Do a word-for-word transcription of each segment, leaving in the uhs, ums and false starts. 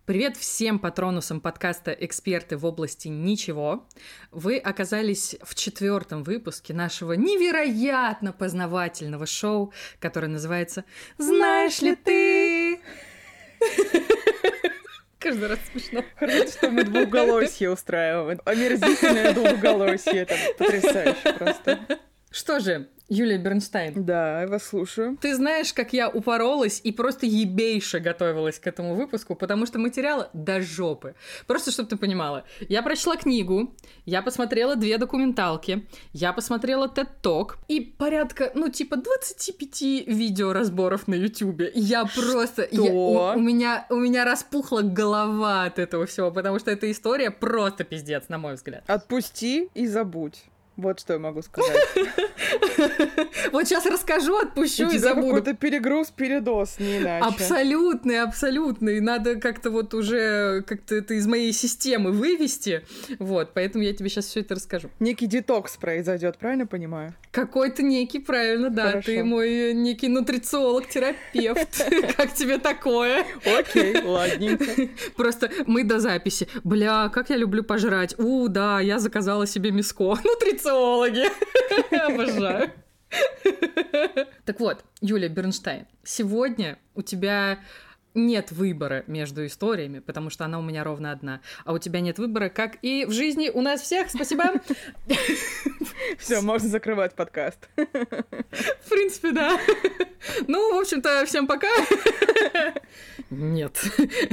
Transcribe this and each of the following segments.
Привет всем патронусам подкаста «Эксперты в области ничего». Вы оказались в четвертом выпуске нашего невероятно познавательного шоу, которое называется «Знаешь ли ты?». Каждый раз смешно. Хорошо, что мы двухголосье устраиваем. Омерзительное двухголосье. Это потрясающе просто. Что же, Юлия Бернштейн. Да, я вас слушаю. Ты знаешь, как я упоролась и просто ебейше готовилась к этому выпуску, потому что материала до жопы. Просто, чтобы ты понимала. Я прочла книгу, я посмотрела две документалки, я посмотрела TED-Talk и порядка, ну, типа двадцать пять видеоразборов на Ютубе. Я просто... Я, у, у, меня, у меня распухла голова от этого всего, потому что эта история просто пиздец, на мой взгляд. Отпусти и забудь. Вот что я могу сказать. Вот сейчас расскажу, отпущу и забуду. Какой-то перегруз, передоз, не иначе. Абсолютный, абсолютный. Надо как-то вот уже как-то это из моей системы вывести. Вот, поэтому я тебе сейчас все это расскажу. Некий детокс произойдет, правильно понимаю? Какой-то некий, правильно, да. Хорошо. Ты мой некий нутрициолог-терапевт. Как тебе такое? Окей, ладненько. Просто мы до записи. Бля, как я люблю пожрать. У, да, я заказала себе мяско. Нутрициологи. Обожаю. Так вот, Юлия Бернштейн, сегодня у тебя нет выбора между историями, потому что она у меня ровно одна, а у тебя нет выбора, как и в жизни у нас всех. Спасибо. Все, можно закрывать подкаст. В принципе, да. Ну, в общем-то, всем пока. Нет.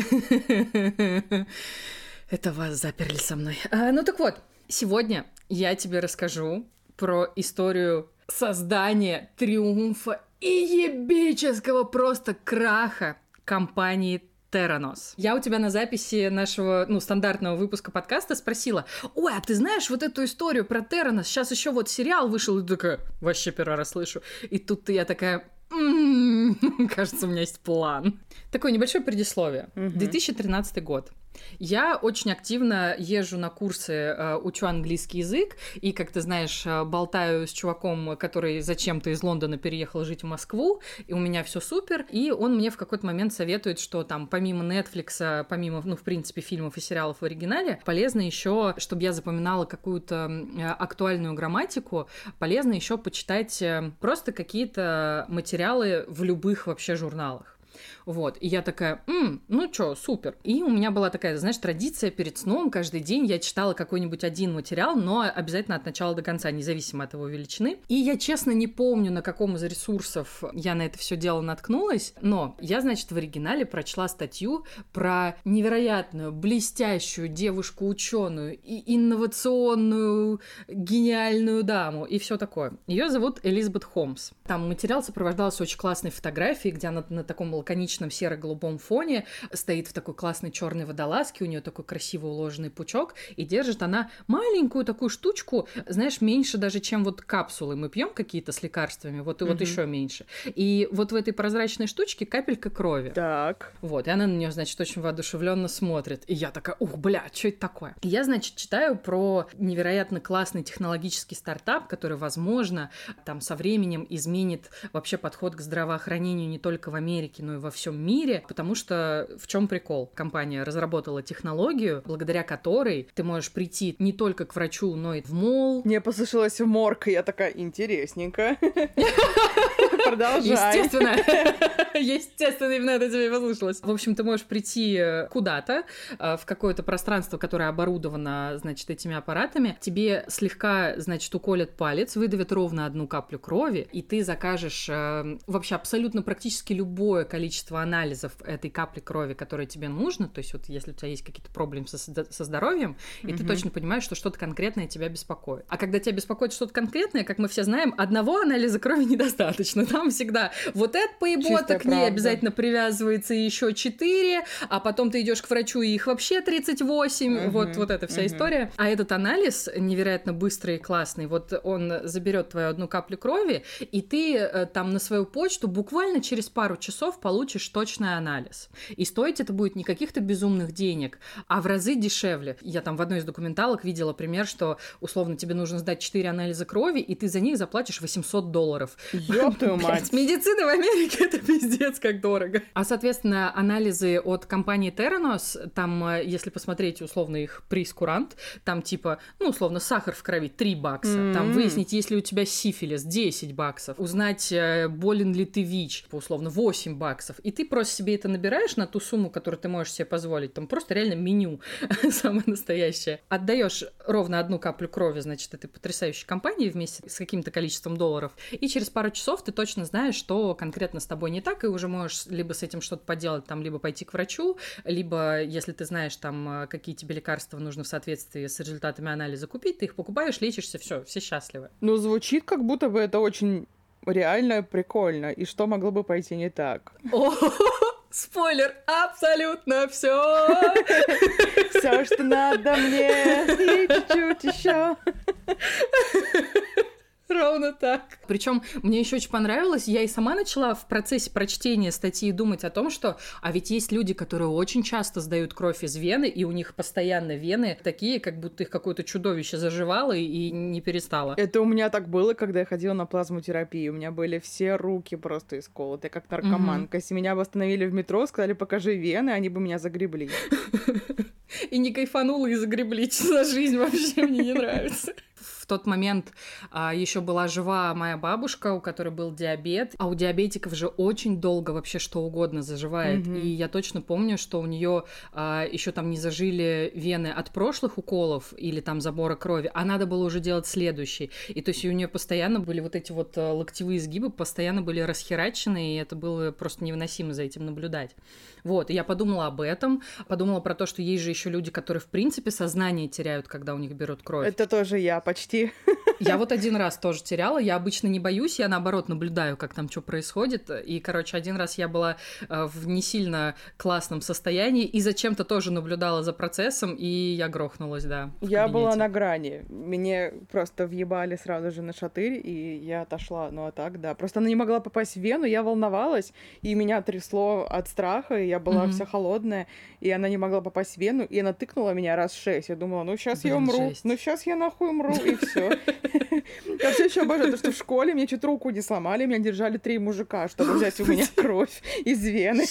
Это вас заперли со мной. А, ну так вот, сегодня я тебе расскажу про историю создания, триумфа и ебического просто краха компании Theranos. Я у тебя на записи нашего, ну, стандартного выпуска подкаста спросила: ой, а ты знаешь вот эту историю про Theranos? Сейчас еще вот сериал вышел, и такая, вообще первый раз слышу. И тут я такая... М-м-м, кажется, у меня есть план. Такое небольшое предисловие. две тысячи тринадцатый год. Я очень активно езжу на курсы, учу английский язык, и, как ты знаешь, болтаю с чуваком, который зачем-то из Лондона переехал жить в Москву, и у меня все супер, и он мне в какой-то момент советует, что там помимо Netflix, помимо, ну, в принципе, фильмов и сериалов в оригинале, полезно еще, чтобы я запоминала какую-то актуальную грамматику, полезно еще почитать просто какие-то материалы в любых вообще журналах. Вот, и я такая, М, ну чё, супер. И у меня была такая, знаешь, традиция перед сном, каждый день я читала какой-нибудь один материал, но обязательно от начала до конца, независимо от его величины. И я, честно, не помню, на каком из ресурсов я на это все дело наткнулась, но я, значит, в оригинале прочла статью про невероятную, блестящую девушку-ученую и инновационную, гениальную даму и все такое. Ее зовут Элизабет Холмс. Там материал сопровождался очень классной фотографией, где она на таком лаконичном серо-голубом фоне стоит в такой классной черной водолазке, у нее такой красиво уложенный пучок, и держит она маленькую такую штучку, знаешь, меньше даже, чем вот капсулы. Мы пьем какие-то с лекарствами, вот и mm-hmm. вот еще меньше. И вот в этой прозрачной штучке капелька крови. Так. Вот, и она на нее, значит, очень воодушевленно смотрит. И я такая, ух, бля, что это такое? И я, значит, читаю про невероятно классный технологический стартап, который, возможно, там со временем изменит вообще подход к здравоохранению не только в Америке, но и во всем мире, потому что в чем прикол? Компания разработала технологию, благодаря которой ты можешь прийти не только к врачу, но и в молл. Мне послышалось в морг, и я такая, интересненько. Продолжай. Естественно. Естественно, именно это тебе послышалось. В общем, ты можешь прийти куда-то, в какое-то пространство, которое оборудовано, значит, этими аппаратами. Тебе слегка, значит, уколят палец, выдавят ровно одну каплю крови, и ты закажешь э, вообще абсолютно практически любое количество анализов этой капли крови, которая тебе нужно. То есть вот если у тебя есть какие-то проблемы со, со здоровьем, и mm-hmm. ты точно понимаешь, что что-то конкретное тебя беспокоит. А когда тебя беспокоит что-то конкретное, как мы все знаем, одного анализа крови недостаточно. Там всегда вот это поебота, к ней правда. Обязательно привязывается еще четыре, а потом ты идешь к врачу, и их вообще тридцать восемь. Uh-huh, вот, вот эта вся uh-huh. история. А этот анализ невероятно быстрый и классный. Вот он заберет твою одну каплю крови, и ты там на свою почту буквально через пару часов получишь точный анализ. И стоить это будет не каких-то безумных денег, а в разы дешевле. Я там в одной из документалок видела пример, что условно тебе нужно сдать четыре анализа крови, и ты за них заплатишь восемьсот долларов. Ёб твою мать. Медицина в Америке — это пиздец как дорого. А, соответственно, анализы от компании Theranos, там, если посмотреть условно их прейскурант, там типа, ну, условно, сахар в крови три бакса, mm-hmm. там выяснить, есть ли у тебя сифилис десять баксов, узнать, болен ли ты ВИЧ, условно, восемь баксов, и ты просто себе это набираешь на ту сумму, которую ты можешь себе позволить, там просто реально меню самое настоящее. Отдаешь ровно одну каплю крови, значит, этой потрясающей компании вместе с каким-то количеством долларов, и через пару часов ты точно знаешь, что конкретно с тобой не так, и уже можешь либо с этим что-то поделать, там, либо пойти к врачу, либо, если ты знаешь, там, какие тебе лекарства нужно в соответствии с результатами анализа купить, ты их покупаешь, лечишься, все, все счастливы. Ну, звучит, как будто бы это очень реально прикольно, и что могло бы пойти не так? Спойлер, абсолютно все. Все, что надо мне, и чуть-чуть еще. Ровно так. Причем мне еще очень понравилось, я и сама начала в процессе прочтения статьи думать о том, что а ведь есть люди, которые очень часто сдают кровь из вены, и у них постоянно вены такие, как будто их какое-то чудовище заживало и не перестало. Это у меня так было, когда я ходила на плазмотерапию. У меня были все руки просто исколоты, как наркоманка. Mm-hmm. Если меня бы остановили в метро, сказали, покажи вены, они бы меня загребли. И не кайфанула, и загребли. За жизнь вообще мне не нравится. В тот момент а, еще была жива моя бабушка, у которой был диабет, а у диабетиков же очень долго вообще что угодно заживает. Mm-hmm. И я точно помню, что у нее а, еще там не зажили вены от прошлых уколов или там забора крови, а надо было уже делать следующий. И то есть у нее постоянно были вот эти вот локтевые сгибы, постоянно были расхерачены, и это было просто невыносимо за этим наблюдать. Вот, и я подумала об этом, подумала про то, что есть же еще люди, которые в принципе сознание теряют, когда у них берут кровь. Это тоже я почти. Я вот один раз тоже теряла, я обычно не боюсь, я наоборот наблюдаю, как там что происходит, и, короче, один раз я была в не сильно классном состоянии и зачем-то тоже наблюдала за процессом, и я грохнулась, да. Я была на грани, мне просто въебали сразу же на шатырь, и я отошла, ну а так, да, просто она не могла попасть в вену, я волновалась, и меня трясло от страха, и я была mm-hmm. вся холодная, и она не могла попасть в вену, и она тыкнула меня раз шесть, я думала, ну сейчас я умру, жесть. ну сейчас я нахуй умру, и все. Я все еще обожаю то, что в школе мне чуть руку не сломали, меня держали три мужика, чтобы взять у меня кровь из вены.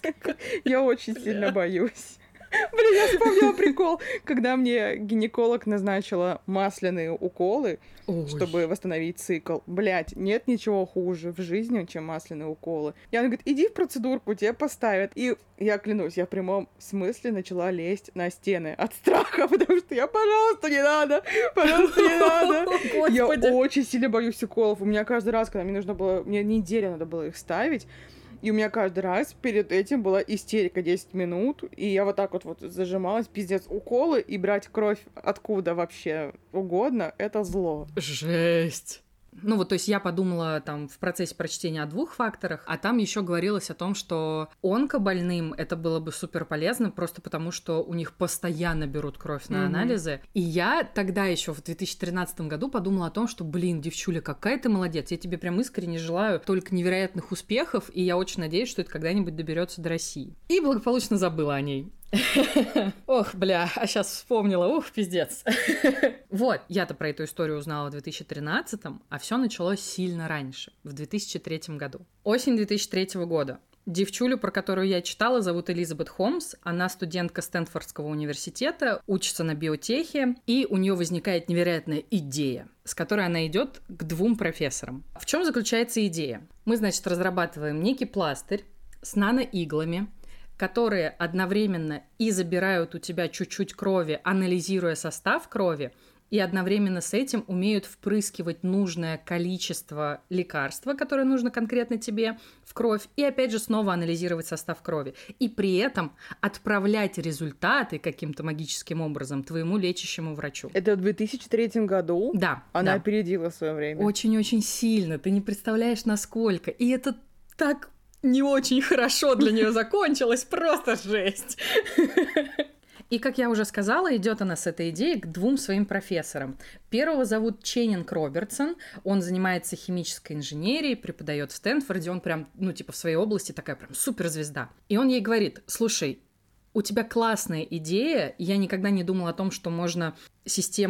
Я очень сильно боюсь. Блин, я вспомнила прикол, когда мне гинеколог назначила масляные уколы, Ой. чтобы восстановить цикл. Блять, нет ничего хуже в жизни, чем масляные уколы. И она говорит, иди в процедурку, тебе поставят. И я клянусь, я в прямом смысле начала лезть на стены от страха, потому что я, пожалуйста, не надо, пожалуйста, не надо. Я очень сильно боюсь уколов. У меня каждый раз, когда мне нужно было, мне неделю надо было их ставить, и у меня каждый раз перед этим была истерика десять минут, и я вот так вот, вот зажималась, пиздец, уколы, и брать кровь откуда вообще угодно, это зло. Жесть. Ну вот, то есть я подумала там в процессе прочтения о двух факторах, а там еще говорилось о том, что онкобольным это было бы супер полезно, просто потому что у них постоянно берут кровь на mm-hmm. анализы. И я тогда еще в две тысячи тринадцатом году подумала о том, что, блин, девчуля, какая ты молодец, я тебе прям искренне желаю только невероятных успехов, и я очень надеюсь, что это когда-нибудь доберется до России. И благополучно забыла о ней. Ох, бля, а сейчас вспомнила, ух, пиздец. Вот, я-то про эту историю узнала в две тысячи тринадцатом, а все началось сильно раньше, в две тысячи третьем году. Осень две тысячи третьего года. Девчулю, про которую я читала, зовут Элизабет Холмс. Она студентка Стэнфордского университета, учится на биотехе, и у нее возникает невероятная идея, с которой она идет к двум профессорам. В чем заключается идея? Мы, значит, разрабатываем некий пластырь с наноиглами, которые одновременно и забирают у тебя чуть-чуть крови, анализируя состав крови, и одновременно с этим умеют впрыскивать нужное количество лекарства, которое нужно конкретно тебе, в кровь, и опять же снова анализировать состав крови. И при этом отправлять результаты каким-то магическим образом твоему лечащему врачу. Это в две тысячи третьем году? Да. Она да. опередила свое время. Очень-очень сильно. Ты не представляешь, насколько. И это так не очень хорошо для нее закончилось. Просто жесть. И, как я уже сказала, идет она с этой идеей к двум своим профессорам. Первого зовут Ченнинг Робертсон, он занимается химической инженерией, преподает в Стэнфорде, он прям, ну, типа в своей области такая прям суперзвезда. И он ей говорит, слушай, у тебя классная идея, я никогда не думала о том, что можно систему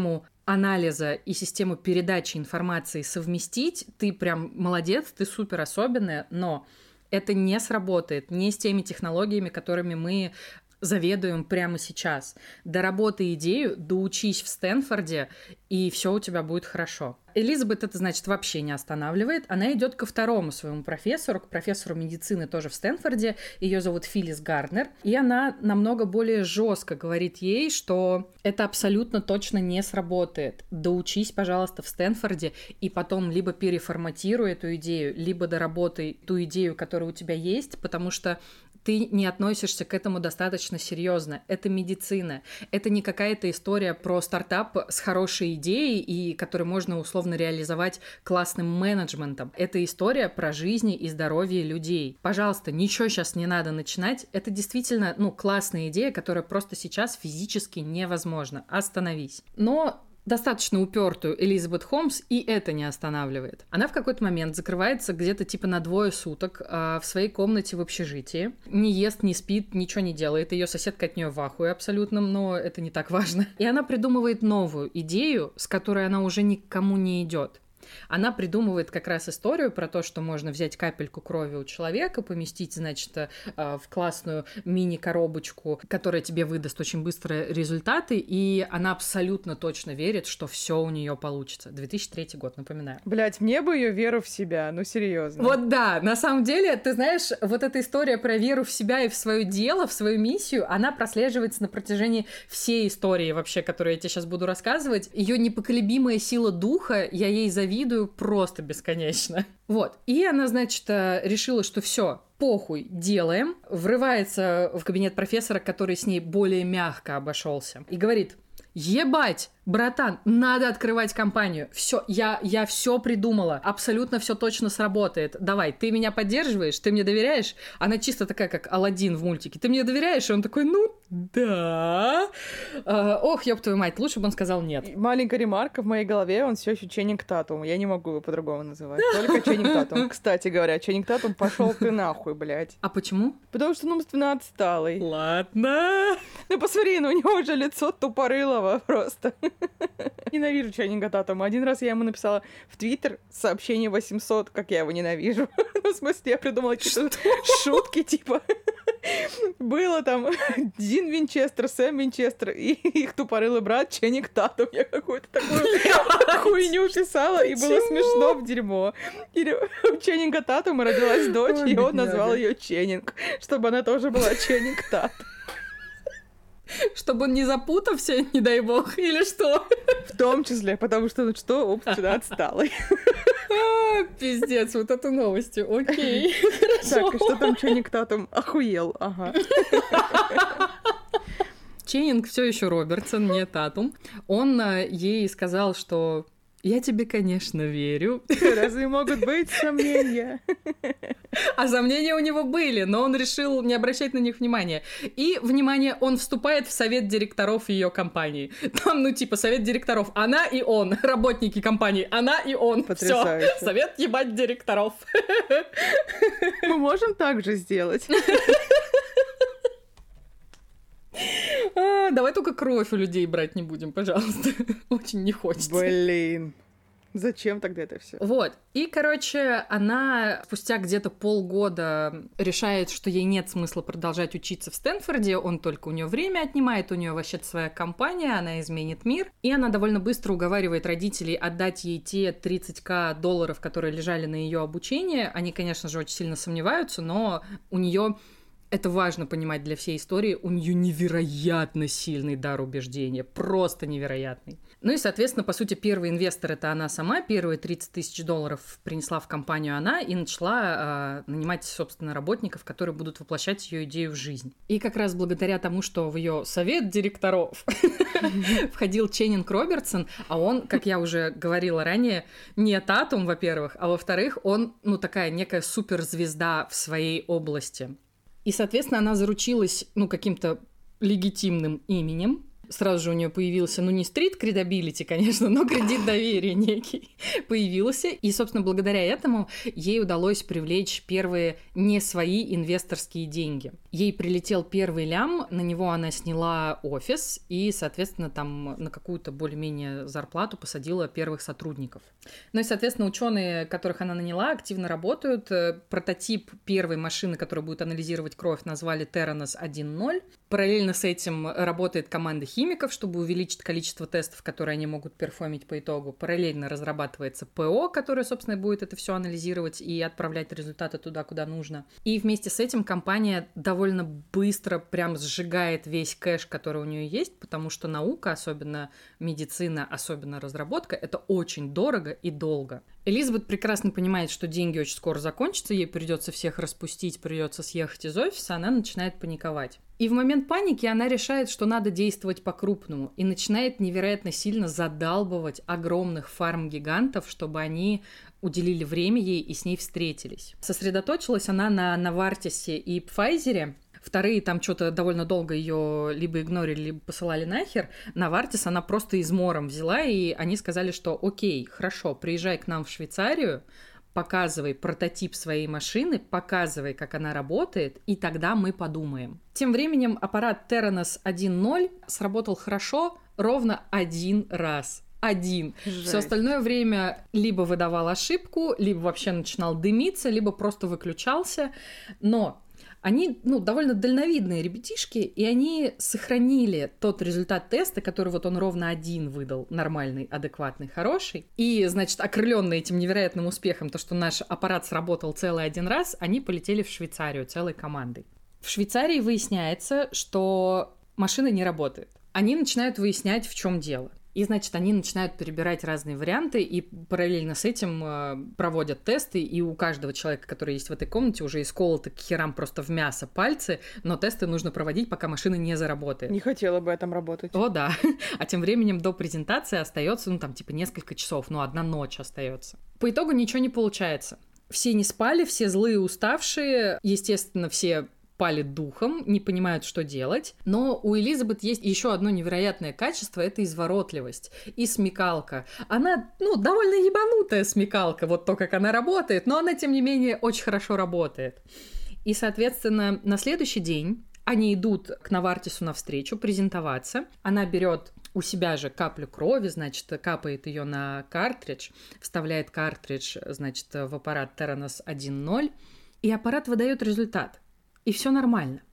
анализа и систему передачи информации совместить, ты прям молодец, ты супер особенная, но это не сработает не с теми технологиями, которыми мы заведуем прямо сейчас. Доработай идею, доучись в Стэнфорде, и все у тебя будет хорошо. Элизабет это, значит, вообще не останавливает. Она идет ко второму своему профессору, к профессору медицины тоже в Стэнфорде. Ее зовут Филлис Гарднер. И она намного более жестко говорит ей, что это абсолютно точно не сработает. Доучись, пожалуйста, в Стэнфорде, и потом либо переформатируй эту идею, либо доработай ту идею, которая у тебя есть, потому что ты не относишься к этому достаточно серьезно. Это медицина. Это не какая-то история про стартап с хорошей идеей, и который можно условно реализовать классным менеджментом. Это история про жизни и здоровье людей. Пожалуйста, ничего сейчас не надо начинать. Это действительно, ну, классная идея, которая просто сейчас физически невозможна. Остановись. Но достаточно упертую Элизабет Холмс и это не останавливает. Она в какой-то момент закрывается где-то типа на двое суток а, в своей комнате в общежитии. Не ест, не спит, ничего не делает. Ее соседка от нее в ахуе абсолютно, но это не так важно. И она придумывает новую идею, с которой она уже никому не идет. Она придумывает как раз историю про то, что можно взять капельку крови у человека, поместить, значит, в классную мини-коробочку, которая тебе выдаст очень быстро результаты, и она абсолютно точно верит, что все у нее получится. две тысячи третий год, напоминаю. Блять, мне бы ее веру в себя, ну серьезно. Вот да, на самом деле, ты знаешь, вот эта история про веру в себя и в свое дело, в свою миссию, она прослеживается на протяжении всей истории вообще, которую я тебе сейчас буду рассказывать. Ее непоколебимая сила духа, я ей завидую просто бесконечно. Вот. И она, значит, решила, что все, похуй, делаем. Врывается в кабинет профессора, который с ней более мягко обошелся, и говорит: ебать, братан, надо открывать компанию. Все, я, я все придумала. Абсолютно все точно сработает. Давай, ты меня поддерживаешь, ты мне доверяешь? Она чисто такая, как Аладдин в мультике. Ты мне доверяешь? И он такой: ну да. А, ох, ёб твою мать, лучше бы он сказал нет. Маленькая ремарка, в моей голове он все еще Ченнинг Татум. Я не могу его по-другому называть. Только Ченнинг Татум. Кстати говоря, Ченнинг Татум, пошел ты нахуй, блядь. А почему? Потому что он умственно отсталый. Ладно. Ну посмотри, ну у него уже лицо тупорылого просто. Ненавижу Ченнинга Татума. Один раз я ему написала в Твиттер сообщение восемьсот, как я его ненавижу. Ну, в смысле, я придумала какие-то шутки, типа... Было там Дин Винчестер, Сэм Винчестер и их тупорылый брат Ченнинг Татум. Я какую-то такую хуйню писала, и было смешно в дерьмо. Или у Ченнинга Татума родилась дочь, и он назвал ее Ченнинг, чтобы она тоже была Ченнинг Татум. Чтобы он не запутался, не дай бог, или что? В том числе, потому что, ну что, умственно отсталый. А, пиздец, вот это новости, окей, хорошо. Так, и что там Ченнинг Татум? Охуел, ага. Ченнинг все еще Робертсон, не Татум. Он ей сказал, что я тебе, конечно, верю. Разве могут быть сомнения? А сомнения у него были, но он решил не обращать на них внимания. И, внимание, он вступает в совет директоров ее компании. Там, ну, типа, совет директоров. Она и он. Работники компании. Она и он. Потрясающе. Всё. Совет ебать директоров. Мы можем так же сделать. А, давай только кровь у людей брать не будем, пожалуйста. Очень не хочется. Блин. Зачем тогда это все? Вот. И, короче, она спустя где-то полгода решает, что ей нет смысла продолжать учиться в Стэнфорде, он только у нее время отнимает, у нее вообще своя компания, она изменит мир. И она довольно быстро уговаривает родителей отдать ей те тридцать тысяч долларов, которые лежали на ее обучение. Они, конечно же, очень сильно сомневаются, но у нее... Это важно понимать для всей истории. У нее невероятно сильный дар убеждения. Просто невероятный. Ну и, соответственно, по сути, первый инвестор — это она сама. Первые тридцать тысяч долларов принесла в компанию она и начала э, нанимать, собственно, работников, которые будут воплощать ее идею в жизнь. И как раз благодаря тому, что в ее совет директоров входил Ченнинг Робертсон, а он, как я уже говорила ранее, не Татум, во-первых, а во-вторых, он, ну, такая некая суперзвезда в своей области. И, соответственно, она заручилась, ну, каким-то легитимным именем. сразу же у нее появился, ну, не стрит-кредабилити, конечно, но кредит доверия некий появился. И, собственно, благодаря этому ей удалось привлечь первые не свои инвесторские деньги. Ей прилетел первый лям, на него она сняла офис и, соответственно, там на какую-то более-менее зарплату посадила первых сотрудников. Ну и, соответственно, ученые, которых она наняла, активно работают. Прототип первой машины, которая будет анализировать кровь, назвали Теранос один ноль. Параллельно с этим работает команда химиков, чтобы увеличить количество тестов, которые они могут перформить по итогу. Параллельно разрабатывается ПО, которое, собственно, будет это все анализировать и отправлять результаты туда, куда нужно. И вместе с этим компания довольно быстро прям сжигает весь кэш, который у нее есть, потому что наука, особенно медицина, особенно разработка, это очень дорого и долго. Элизабет прекрасно понимает, что деньги очень скоро закончатся, ей придется всех распустить, придется съехать из офиса, она начинает паниковать. И в момент паники она решает, что надо действовать по-крупному, и начинает невероятно сильно задалбывать огромных фарм-гигантов, чтобы они уделили время ей и с ней встретились. Сосредоточилась она на Новартисе и Пфайзере. Вторые там что-то довольно долго ее либо игнорили, либо посылали нахер. Новартис она просто измором взяла, и они сказали, что окей, хорошо, приезжай к нам в Швейцарию, показывай прототип своей машины, показывай, как она работает, и тогда мы подумаем. Тем временем аппарат Теранос один ноль сработал хорошо ровно один раз. Один. Все остальное время либо выдавал ошибку, либо вообще начинал дымиться, либо просто выключался. Но они, ну, довольно дальновидные ребятишки, и они сохранили тот результат теста, который вот он ровно один выдал, нормальный, адекватный, хороший. И, значит, окрыленные этим невероятным успехом, то, что наш аппарат сработал целый один раз, они полетели в Швейцарию целой командой. В Швейцарии выясняется, что машина не работает. Они начинают выяснять, в чем дело. И, значит, они начинают перебирать разные варианты, и параллельно с этим э, проводят тесты, и у каждого человека, который есть в этой комнате, уже исколоты к херам просто в мясо пальцы, но тесты нужно проводить, пока машина не заработает. Не хотела бы я там работать. О, да. А тем временем до презентации остается, ну, там, типа, несколько часов, ну, одна ночь остается. По итогу ничего не получается. Все не спали, все злые, уставшие, естественно, все палит духом, не понимают, что делать. Но у Элизабет есть еще одно невероятное качество — это изворотливость и смекалка. Она, ну, довольно ебанутая смекалка, вот то, как она работает, но она, тем не менее, очень хорошо работает. И, соответственно, на следующий день они идут к Новартису навстречу презентоваться. Она берет у себя же каплю крови, значит, капает ее на картридж, вставляет картридж, значит, в аппарат Теранос один ноль, и аппарат выдает результат. И все нормально.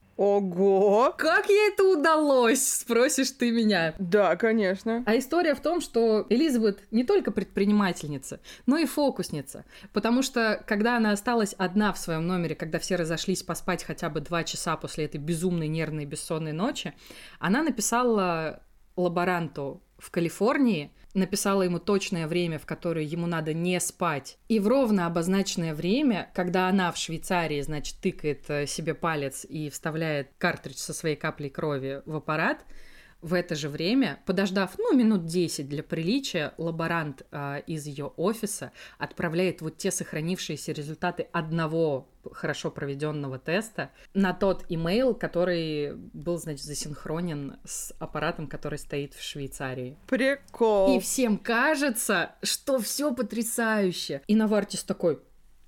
Ого! Как ей это удалось, спросишь ты меня? Да, конечно. А история в том, что Элизабет не только предпринимательница, но и фокусница. Потому что, когда она осталась одна в своем номере, когда все разошлись поспать хотя бы два часа после этой безумной нервной бессонной ночи, она написала лаборанту в Калифорнии, написала ему точное время, в которое ему надо не спать. И в ровно обозначенное время, когда она в Швейцарии, значит, тыкает себе палец и вставляет картридж со своей каплей крови в аппарат, в это же время, подождав, ну, минут десять для приличия, лаборант э, из ее офиса отправляет вот те сохранившиеся результаты одного хорошо проведенного теста на тот имейл, который был, значит, засинхронен с аппаратом, который стоит в Швейцарии. Прикол. И всем кажется, что все потрясающе. И Новартис такой: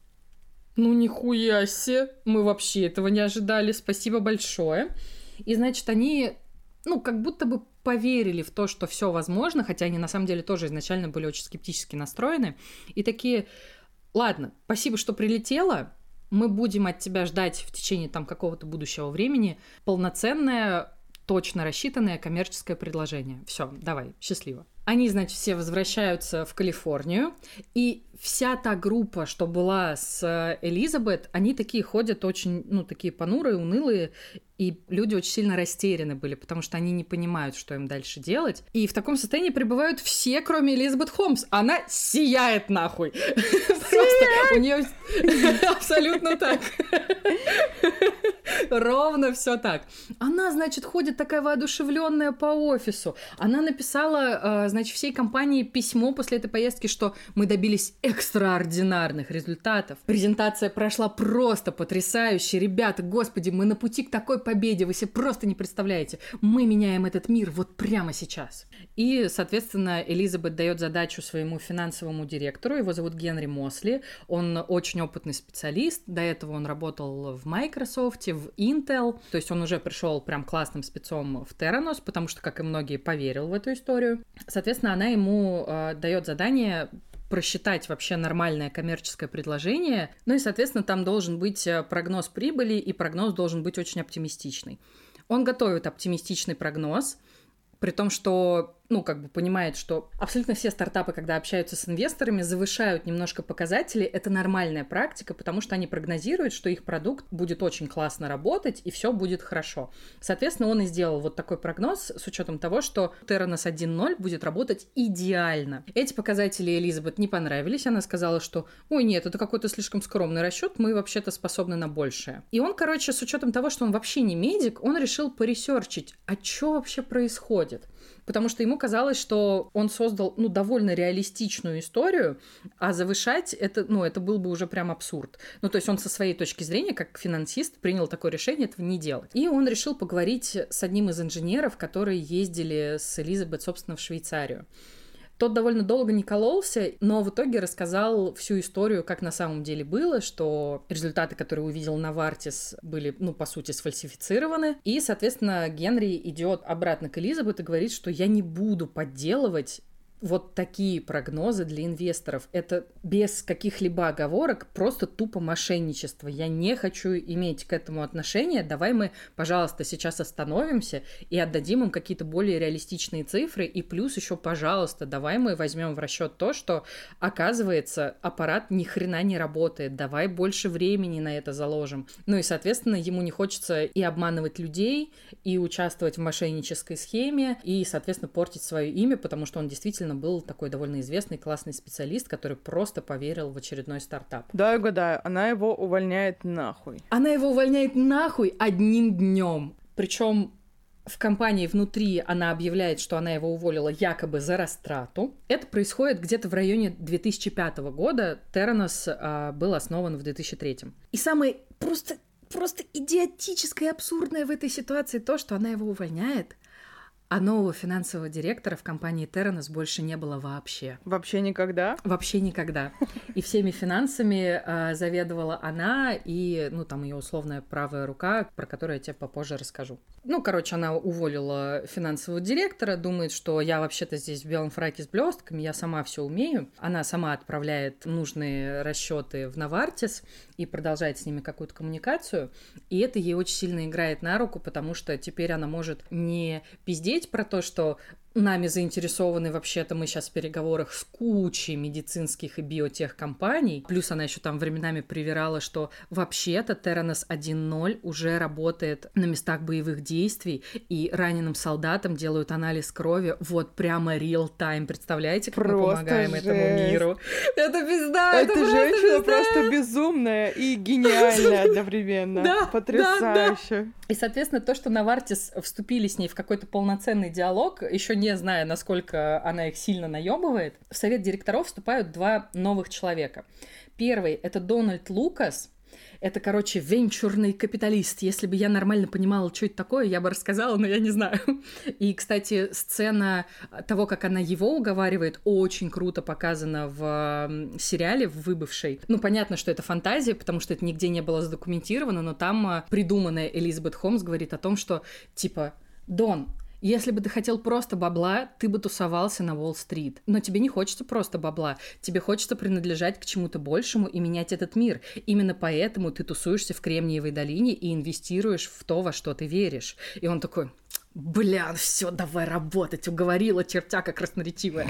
ну, нихуя себе, мы вообще этого не ожидали, спасибо большое. И, значит, они, ну, как будто бы поверили в то, что все возможно, хотя они на самом деле тоже изначально были очень скептически настроены, и такие: ладно, спасибо, что прилетела, мы будем от тебя ждать в течение там какого-то будущего времени полноценное, точно рассчитанное коммерческое предложение. Все, давай, счастливо. Они, значит, все возвращаются в Калифорнию, и вся та группа, что была с Элизабет, они такие ходят очень, ну, такие понурые, унылые, и люди очень сильно растеряны были, потому что они не понимают, что им дальше делать. И в таком состоянии пребывают все, кроме Элизабет Холмс. Она сияет нахуй. Просто у нее абсолютно так. Ровно все так. Она, значит, ходит такая воодушевленная по офису. Она написала, значит, всей компании письмо после этой поездки, что мы добились экстраординарных результатов. Презентация прошла просто потрясающе. Ребята, господи, мы на пути к такой победе. Вы себе просто не представляете. Мы меняем этот мир вот прямо сейчас. И, соответственно, Элизабет дает задачу своему финансовому директору. Его зовут Генри Мосли. Он очень опытный специалист. До этого он работал в Microsoft, в Intel. То есть он уже пришел прям классным спецом в Theranos, потому что, как и многие, поверил в эту историю. Соответственно, она ему э, дает задание просчитать вообще нормальное коммерческое предложение. Ну и, соответственно, там должен быть прогноз прибыли, и прогноз должен быть очень оптимистичный. Он готовит оптимистичный прогноз, при том, что, ну, как бы понимает, что абсолютно все стартапы, когда общаются с инвесторами, завышают немножко показатели. Это нормальная практика, потому что они прогнозируют, что их продукт будет очень классно работать, и все будет хорошо. Соответственно, он и сделал вот такой прогноз с учетом того, что Theranos один ноль будет работать идеально. Эти показатели Элизабет не понравились. Она сказала, что, ой, нет, это какой-то слишком скромный расчет, мы вообще-то способны на большее. И он, короче, с учетом того, что он вообще не медик, он решил поресерчить, а что вообще происходит. Потому что ему казалось, что он создал, ну, довольно реалистичную историю, а завышать это, ну, это был бы уже прям абсурд. Ну, то есть он со своей точки зрения, как финансист, принял такое решение этого не делать. И он решил поговорить с одним из инженеров, которые ездили с Элизабет, собственно, в Швейцарию. Тот довольно долго не кололся, но в итоге рассказал всю историю, как на самом деле было, что результаты, которые увидел Навартис, были, ну, по сути, сфальсифицированы. И, соответственно, Генри идет обратно к Элизабет и говорит, что я не буду подделывать вот такие прогнозы для инвесторов. Это без каких-либо оговорок, просто тупо мошенничество. Я не хочу иметь к этому отношения. Давай мы, пожалуйста, сейчас остановимся и отдадим им какие-то более реалистичные цифры. И плюс еще, пожалуйста, давай мы возьмем в расчет то, что, оказывается, аппарат ни хрена не работает. Давай больше времени на это заложим. Ну и, соответственно, ему не хочется и обманывать людей, и участвовать в мошеннической схеме, и, соответственно, портить свое имя, потому что он действительно был такой довольно известный, классный специалист, который просто поверил в очередной стартап. Да, я угадаю, она его увольняет нахуй. Она его увольняет нахуй одним днем. Причем в компании внутри она объявляет, что она его уволила якобы за растрату. Это происходит где-то в районе две тысячи пятого года. Theranos а, был основан в две тысячи третьем. И самое просто, просто идиотическое, абсурдное в этой ситуации то, что она его увольняет, а нового финансового директора в компании Theranos больше не было вообще. Вообще никогда? Вообще никогда. И всеми финансами э, заведовала она и, ну, там, ее условная правая рука, про которую я тебе попозже расскажу. Ну, короче, она уволила финансового директора, думает, что я вообще-то здесь в белом фраке с блестками, я сама все умею. Она сама отправляет нужные расчеты в Навартис и продолжает с ними какую-то коммуникацию. И это ей очень сильно играет на руку, потому что теперь она может не пиздеть про то, что нами заинтересованы вообще-то мы сейчас в переговорах с кучей медицинских и биотехкомпаний. Плюс она еще там временами привирала, что вообще-то Theranos один ноль уже работает на местах боевых действий, и раненым солдатам делают анализ крови вот прямо real-time. Представляете, как просто мы помогаем жесть. Этому миру? Это пизда! Эта это женщина просто, просто безумная и гениальная одновременно. Да, потрясающе. Да, да. И, соответственно, то, что Навартис вступили с ней в какой-то полноценный диалог, еще не зная, насколько она их сильно наебывает, в совет директоров вступают два новых человека. Первый — это Дональд Лукас. Это, короче, венчурный капиталист. Если бы я нормально понимала, что это такое, я бы рассказала, но я не знаю. И, кстати, сцена того, как она его уговаривает, очень круто показана в сериале в «Выбывшей». Ну, понятно, что это фантазия, потому что это нигде не было задокументировано, но там придуманная Элизабет Холмс говорит о том, что, типа, Дон, если бы ты хотел просто бабла, ты бы тусовался на Уолл-стрит. Но тебе не хочется просто бабла. Тебе хочется принадлежать к чему-то большему и менять этот мир. Именно поэтому ты тусуешься в Кремниевой долине и инвестируешь в то, во что ты веришь. И он такой: бля, все, давай работать, уговорила чертяка красноречивая.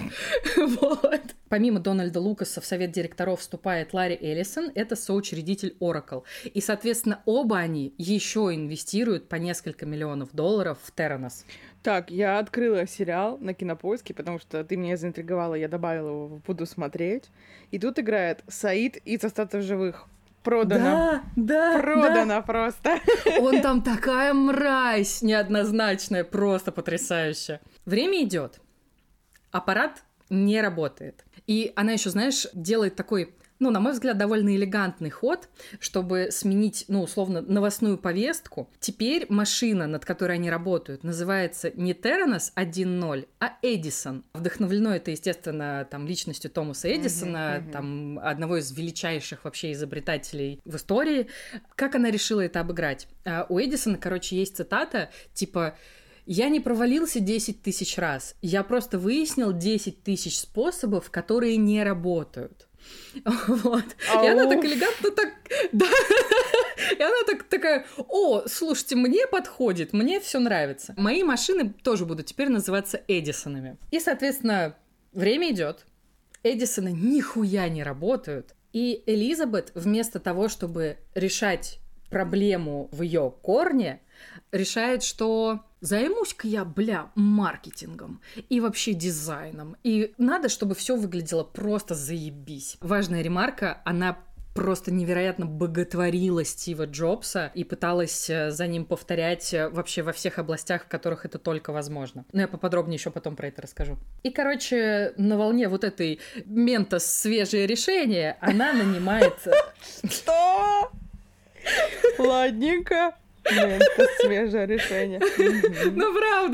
Вот. Помимо Дональда Лукаса в совет директоров вступает Ларри Эллисон, это соучредитель Oracle. И, соответственно, оба они еще инвестируют по несколько миллионов долларов в Theranos. Так, я открыла сериал на Кинопоиске, потому что ты меня заинтриговала, я добавила его, буду смотреть. И тут играет Саид из «Остаться в живых». Продано. Да, да, Продано да. просто. Он там такая мразь неоднозначная, просто потрясающе. Время идет. Аппарат не работает. И она еще, знаешь, делает такой, ну, на мой взгляд, довольно элегантный ход, чтобы сменить, ну, условно, новостную повестку. Теперь машина, над которой они работают, называется не Theranos один ноль, а Эдисон. Вдохновлено это, естественно, там, личностью Томаса Эдисона, uh-huh, uh-huh. там, одного из величайших вообще изобретателей в истории. Как она решила это обыграть? А у Эдисона, короче, есть цитата, типа... Я не провалился десять тысяч раз, я просто выяснил десять тысяч способов, которые не работают. Вот. И она так элегантно так... Да. И она так, такая, о, слушайте, мне подходит, мне все нравится. Мои машины тоже будут теперь называться Эдисонами. И, соответственно, время идет. Эдисоны нихуя не работают. И Элизабет вместо того, чтобы решать проблему в ее корне, решает, что займусь-ка я, бля, маркетингом и вообще дизайном. И надо, чтобы все выглядело просто заебись. Важная ремарка, она просто невероятно боготворила Стива Джобса и пыталась за ним повторять вообще во всех областях, в которых это только возможно. Но я поподробнее еще потом про это расскажу. И, короче, на волне вот этой Ментос свежее решение она нанимает... Что? Ладненько. Это свежее решение. Ну, правда.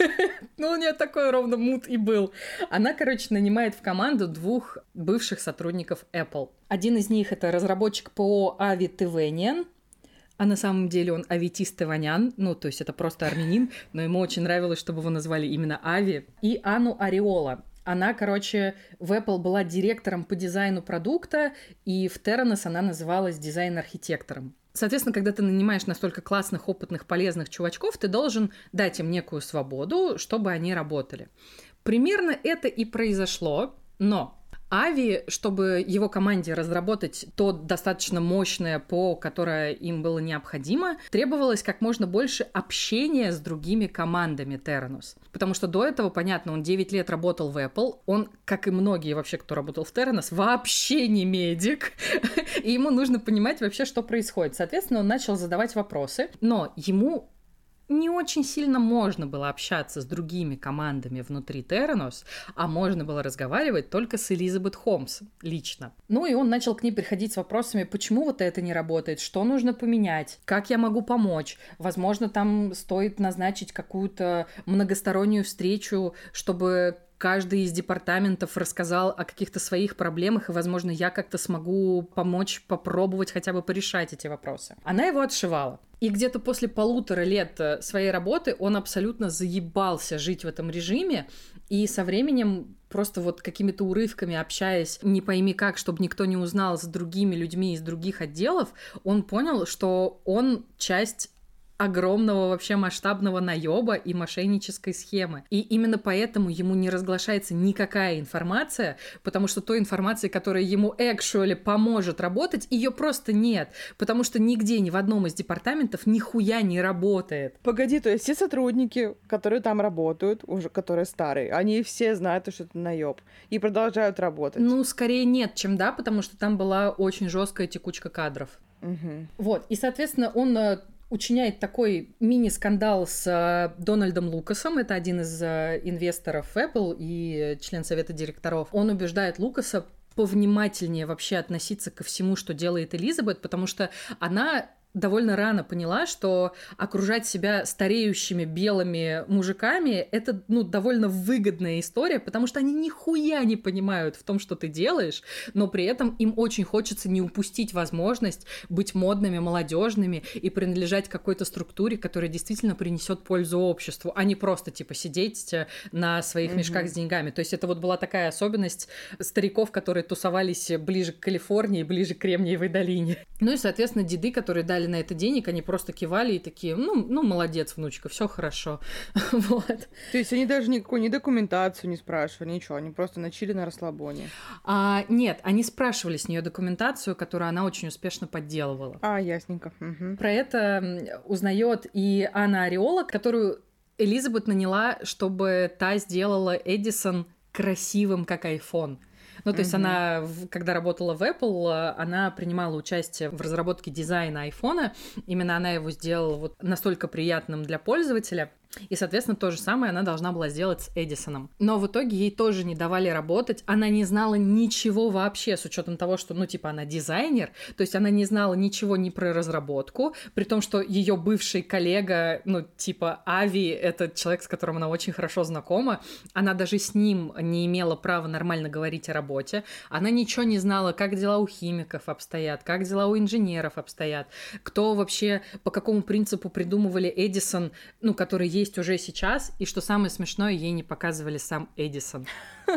Ну, у нее такой ровно мут и был. Она, короче, нанимает в команду двух бывших сотрудников Apple. Один из них — это разработчик ПО Ави Тыванян, а на самом деле он Авитис Тыванян, ну, то есть это просто армянин, но ему очень нравилось, чтобы его назвали именно Ави. И Анну Ореола. Она, короче, в Apple была директором по дизайну продукта, и в Theranos она называлась дизайн-архитектором. Соответственно, когда ты нанимаешь настолько классных, опытных, полезных чувачков, ты должен дать им некую свободу, чтобы они работали. Примерно это и произошло, но Ави, чтобы его команде разработать то достаточно мощное ПО, которое им было необходимо, требовалось как можно больше общения с другими командами Theranos. Потому что до этого, понятно, он девять лет работал в Apple, он, как и многие вообще, кто работал в Theranos, вообще не медик, и ему нужно понимать вообще, что происходит. Соответственно, он начал задавать вопросы, но ему... не очень сильно можно было общаться с другими командами внутри Theranos, а можно было разговаривать только с Элизабет Холмс лично. Ну и он начал к ней приходить с вопросами, почему вот это не работает, что нужно поменять, как я могу помочь. Возможно, там стоит назначить какую-то многостороннюю встречу, чтобы... каждый из департаментов рассказал о каких-то своих проблемах, и, возможно, я как-то смогу помочь, попробовать хотя бы порешать эти вопросы. Она его отшивала. И где-то после полутора лет своей работы он абсолютно заебался жить в этом режиме, и со временем просто вот какими-то урывками общаясь, не пойми как, чтобы никто не узнал, с другими людьми из других отделов, он понял, что он часть огромного вообще масштабного наеба и мошеннической схемы. И именно поэтому ему не разглашается никакая информация, потому что той информации, которая ему actually поможет работать, ее просто нет. Потому что нигде, ни в одном из департаментов нихуя не работает. Погоди, то есть все сотрудники, которые там работают, уже которые старые, они все знают, что это наеб и продолжают работать? Ну, скорее нет, чем да, потому что там была очень жесткая текучка кадров. Угу. Вот, и, соответственно, он учиняет такой мини-скандал с э, Дональдом Лукасом. Это один из э, инвесторов Apple и член совета директоров. Он убеждает Лукаса повнимательнее вообще относиться ко всему, что делает Элизабет, потому что она довольно рано поняла, что окружать себя стареющими белыми мужиками — это, ну, довольно выгодная история, потому что они нихуя не понимают в том, что ты делаешь, но при этом им очень хочется не упустить возможность быть модными, молодежными и принадлежать какой-то структуре, которая действительно принесет пользу обществу, а не просто, типа, сидеть на своих mm-hmm. мешках с деньгами. То есть это вот была такая особенность стариков, которые тусовались ближе к Калифорнии, ближе к Кремниевой долине. Ну и, соответственно, деды, которые дали на это денег, они просто кивали и такие, ну, ну молодец, внучка, все хорошо. Вот. То есть они даже никакую ни документацию не спрашивали, ничего, они просто начали на расслабоне. А, нет, они спрашивали с нее документацию, которую она очень успешно подделывала. А, ясненько. Угу. Про это узнает и Анна Ореола, которую Элизабет наняла, чтобы та сделала Эдисон красивым, как айфон. Ну, то есть Мгм. она, в- когда работала в Apple, она принимала участие в разработке дизайна айфона. Именно она его сделала вот настолько приятным для пользователя. И, соответственно, то же самое она должна была сделать с Эдисоном. Но в итоге ей тоже не давали работать. Она не знала ничего вообще, с учетом того, что, ну, типа, она дизайнер. То есть она не знала ничего ни про разработку, при том, что ее бывший коллега, ну, типа, Ави, это человек, с которым она очень хорошо знакома. Она даже с ним не имела права нормально говорить о работе. Она ничего не знала, как дела у химиков обстоят, как дела у инженеров обстоят, кто вообще, по какому принципу придумывали Эдисон, ну, который есть уже сейчас, и что самое смешное, ей не показывали сам Эдисон.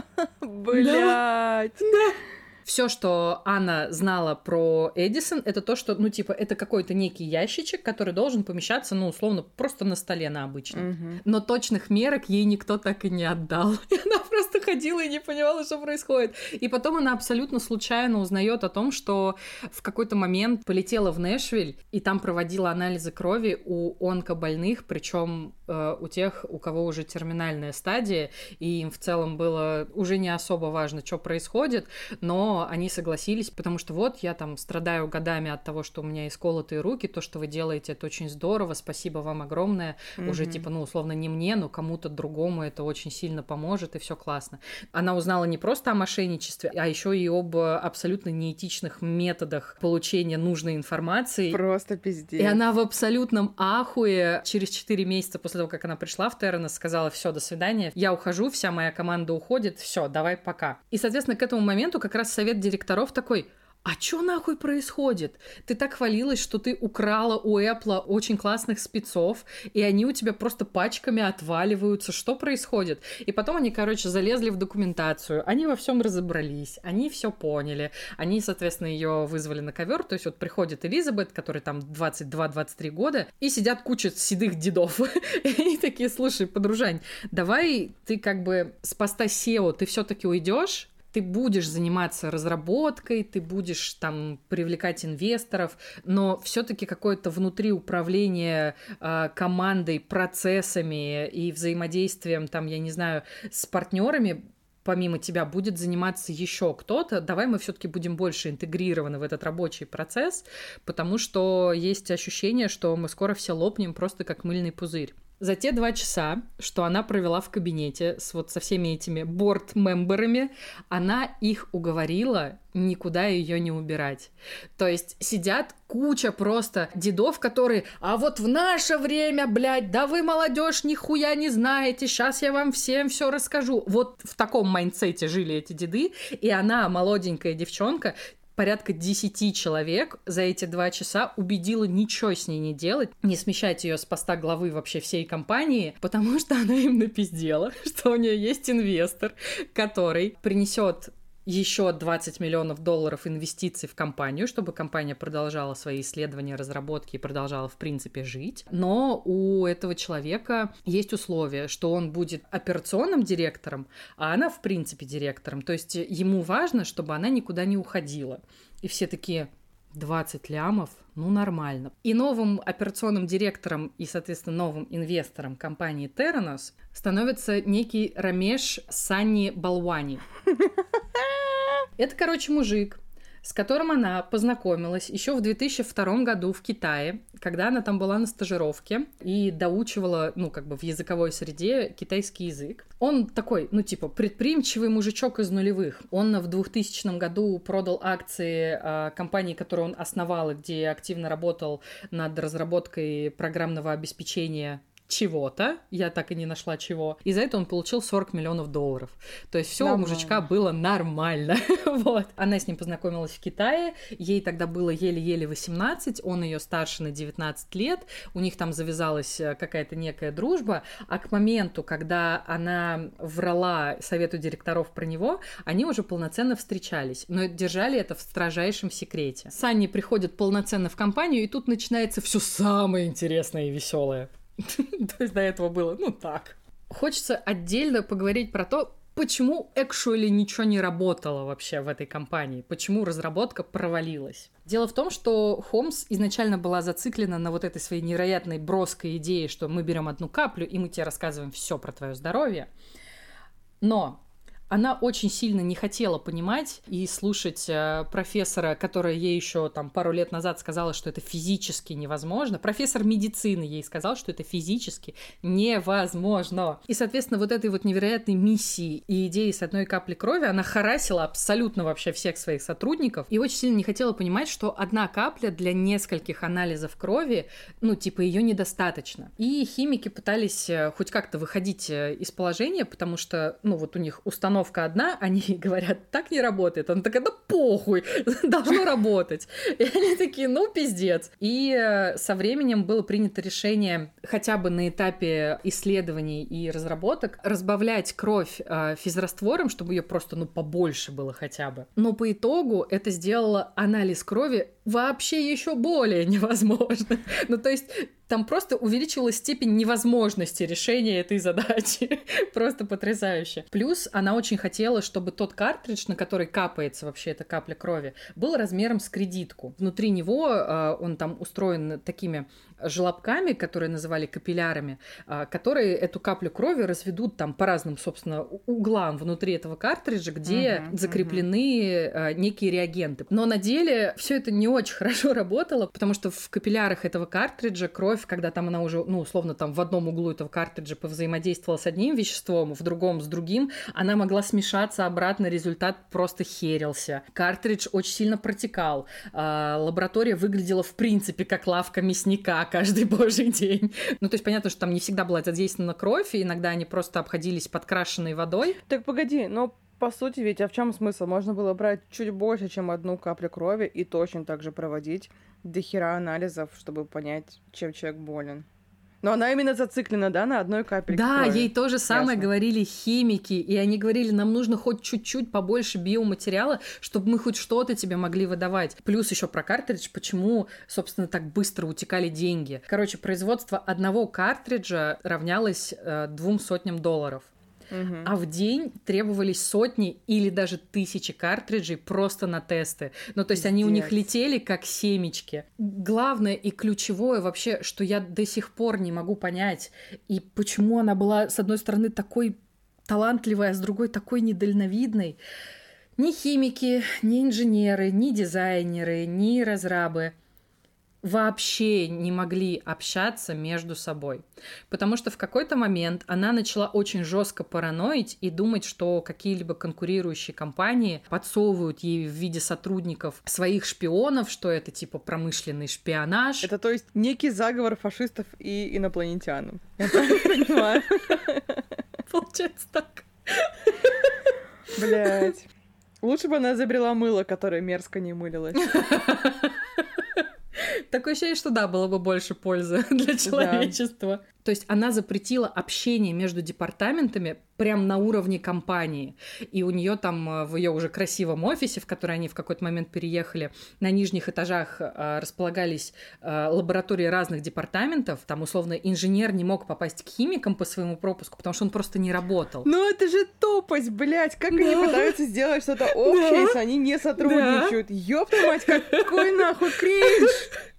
Блять. Все, что Анна знала про Эдисон, это то, что, ну, типа, это какой-то некий ящичек, который должен помещаться, ну, условно, просто на столе на обычном. Мгм. Но точных мерок ей никто так и не отдал. И она просто ходила и не понимала, что происходит. И потом она абсолютно случайно узнает о том, что в какой-то момент полетела в Нэшвилл и там проводила анализы крови у онкобольных, причем э, у тех, у кого уже терминальная стадия, и им в целом было уже не особо важно, что происходит, но они согласились, потому что вот я там страдаю годами от того, что у меня исколотые руки, то, что вы делаете, это очень здорово, спасибо вам огромное, Мгм. уже типа, ну, условно, не мне, но кому-то другому это очень сильно поможет, и все классно. Она узнала не просто о мошенничестве, а еще и об абсолютно неэтичных методах получения нужной информации. Просто пиздец. И она в абсолютном ахуе через четыре месяца после того, как она пришла в Терренос, сказала: все, до свидания, я ухожу, вся моя команда уходит, все, давай пока. И, соответственно, к этому моменту как раз совет директоров такой: а чё нахуй происходит? Ты так хвалилась, что ты украла у Apple очень классных спецов, и они у тебя просто пачками отваливаются. Что происходит? И потом они, короче, залезли в документацию, они во всем разобрались, они все поняли. Они, соответственно, ее вызвали на ковер. То есть вот приходит Элизабет, которой там двадцать два - двадцать три года, и сидят куча седых дедов. И они такие: слушай, подружань, давай ты как бы с поста сео ты все-таки уйдешь, ты будешь заниматься разработкой, ты будешь там привлекать инвесторов, но все-таки какое-то внутри управление э, командой, процессами и взаимодействием, там, я не знаю, с партнерами, помимо тебя будет заниматься еще кто-то. Давай мы все-таки будем больше интегрированы в этот рабочий процесс, потому что есть ощущение, что мы скоро все лопнем просто как мыльный пузырь. За те два часа, что она провела в кабинете с вот со всеми этими борд-мемберами, она их уговорила никуда ее не убирать. То есть сидят куча просто дедов, которые: а вот в наше время, блядь, да вы, молодежь, нихуя не знаете, сейчас я вам всем все расскажу. Вот в таком майндсете жили эти деды, и она, молоденькая девчонка, порядка десяти человек за эти два часа убедила ничего с ней не делать, не смещать ее с поста главы вообще всей компании, потому что она им напиздела, что у нее есть инвестор, который принесет еще двадцать миллионов долларов инвестиций в компанию, чтобы компания продолжала свои исследования, разработки и продолжала, в принципе, жить. Но у этого человека есть условие, что он будет операционным директором, а она, в принципе, директором. То есть ему важно, чтобы она никуда не уходила. И все такие: двадцать лямов? Ну, нормально. И новым операционным директором и, соответственно, новым инвестором компании Terranos становится некий Рамеш Санни Балвани. Это, короче, мужик, с которым она познакомилась еще в две тысячи втором году в Китае, когда она там была на стажировке и доучивала, ну, как бы в языковой среде китайский язык. Он такой, ну, типа, предприимчивый мужичок из нулевых. Он в двухтысячном году продал акции э, компании, которую он основал, и где активно работал над разработкой программного обеспечения чего-то, я так и не нашла чего, и за это он получил сорок миллионов долларов. То есть все у мужичка было нормально. Вот. Она с ним познакомилась в Китае, ей тогда было еле-еле восемнадцать, он ее старше на девятнадцать лет, у них там завязалась какая-то некая дружба, а к моменту, когда она врала совету директоров про него, они уже полноценно встречались, но держали это в строжайшем секрете. Санни приходит полноценно в компанию, и тут начинается все самое интересное и веселое. То есть до этого было, ну, так. Хочется отдельно поговорить про то, почему actually ничего не работало вообще в этой компании, почему разработка провалилась. Дело в том, что Холмс изначально была зациклена на вот этой своей невероятной броской идее, что мы берем одну каплю, и мы тебе рассказываем все про твое здоровье. Но Она очень сильно не хотела понимать и слушать э, профессора, которая ей еще там пару лет назад сказала, что это физически невозможно. Профессор медицины ей сказал, что это физически невозможно. И, соответственно, вот этой вот невероятной миссии и идеи с одной капли крови она харасила абсолютно вообще всех своих сотрудников и очень сильно не хотела понимать, что одна капля для нескольких анализов крови, ну, типа, ее недостаточно. И химики пытались хоть как-то выходить из положения, потому что, ну, вот у них установка одна, они говорят, так не работает. Она такая, да похуй, должно работать. И они такие, ну, пиздец. И э, со временем было принято решение хотя бы на этапе исследований и разработок разбавлять кровь э, физраствором, чтобы ее просто, ну, побольше было хотя бы. Но по итогу это сделало анализ крови вообще еще более невозможно. Ну, то есть там просто увеличилась степень невозможности решения этой задачи. Просто потрясающе. Плюс она очень хотела, чтобы тот картридж, на который капается вообще эта капля крови, был размером с кредитку. Внутри него э, он там устроен такими желобками, которые называли капиллярами, э, которые эту каплю крови разведут там по разным, собственно, углам внутри этого картриджа, где uh-huh, закреплены uh-huh. э, некие реагенты. Но на деле все это не очень хорошо работало, потому что в капиллярах этого картриджа кровь, когда там она уже, ну, условно, там в одном углу этого картриджа повзаимодействовала с одним веществом, в другом с другим, она могла смешаться обратно, результат просто херился. Картридж очень сильно протекал. А, лаборатория выглядела, в принципе, как лавка мясника каждый божий день. Ну, то есть понятно, что там не всегда была задействована кровь, и иногда они просто обходились подкрашенной водой. Так погоди, но по сути ведь, а в чем смысл? Можно было брать чуть больше, чем одну каплю крови, и точно так же проводить дохера анализов, чтобы понять, чем человек болен. Но она именно зациклена, да, на одной капельке Да, крови. ей то же самое Ясно. Говорили химики, и они говорили, нам нужно хоть чуть-чуть побольше биоматериала, чтобы мы хоть что-то тебе могли выдавать. Плюс еще про картридж, почему, собственно, так быстро утекали деньги. Короче, производство одного картриджа равнялось э, двум сотням долларов. Угу. А в день требовались сотни или даже тысячи картриджей просто на тесты. Ну, то есть Пиздец. Они у них летели как семечки. Главное и ключевое вообще, что я до сих пор не могу понять, и почему она была, с одной стороны, такой талантливой, а с другой такой недальновидной. Ни химики, ни инженеры, ни дизайнеры, ни разрабы вообще не могли общаться между собой. Потому что в какой-то момент она начала очень жестко параноить и думать, что какие-либо конкурирующие компании подсовывают ей в виде сотрудников своих шпионов, что это типа промышленный шпионаж. Это то есть некий заговор фашистов и инопланетян. Я правильно понимаю? Получается так. Блять. Лучше бы она изобрела мыло, которое мерзко не мылилось. Такое ощущение, что да, было бы больше пользы для человечества. Да. То есть она запретила общение между департаментами прям на уровне компании. И у нее там в ее уже красивом офисе, в который они в какой-то момент переехали, на нижних этажах э, располагались э, лаборатории разных департаментов. Там, условно, инженер не мог попасть к химикам по своему пропуску, потому что он просто не работал. Ну это же тупость, блядь! Как да. они пытаются сделать что-то общее, да. если они не сотрудничают? Да. Ёб твою мать, какой нахуй кринж!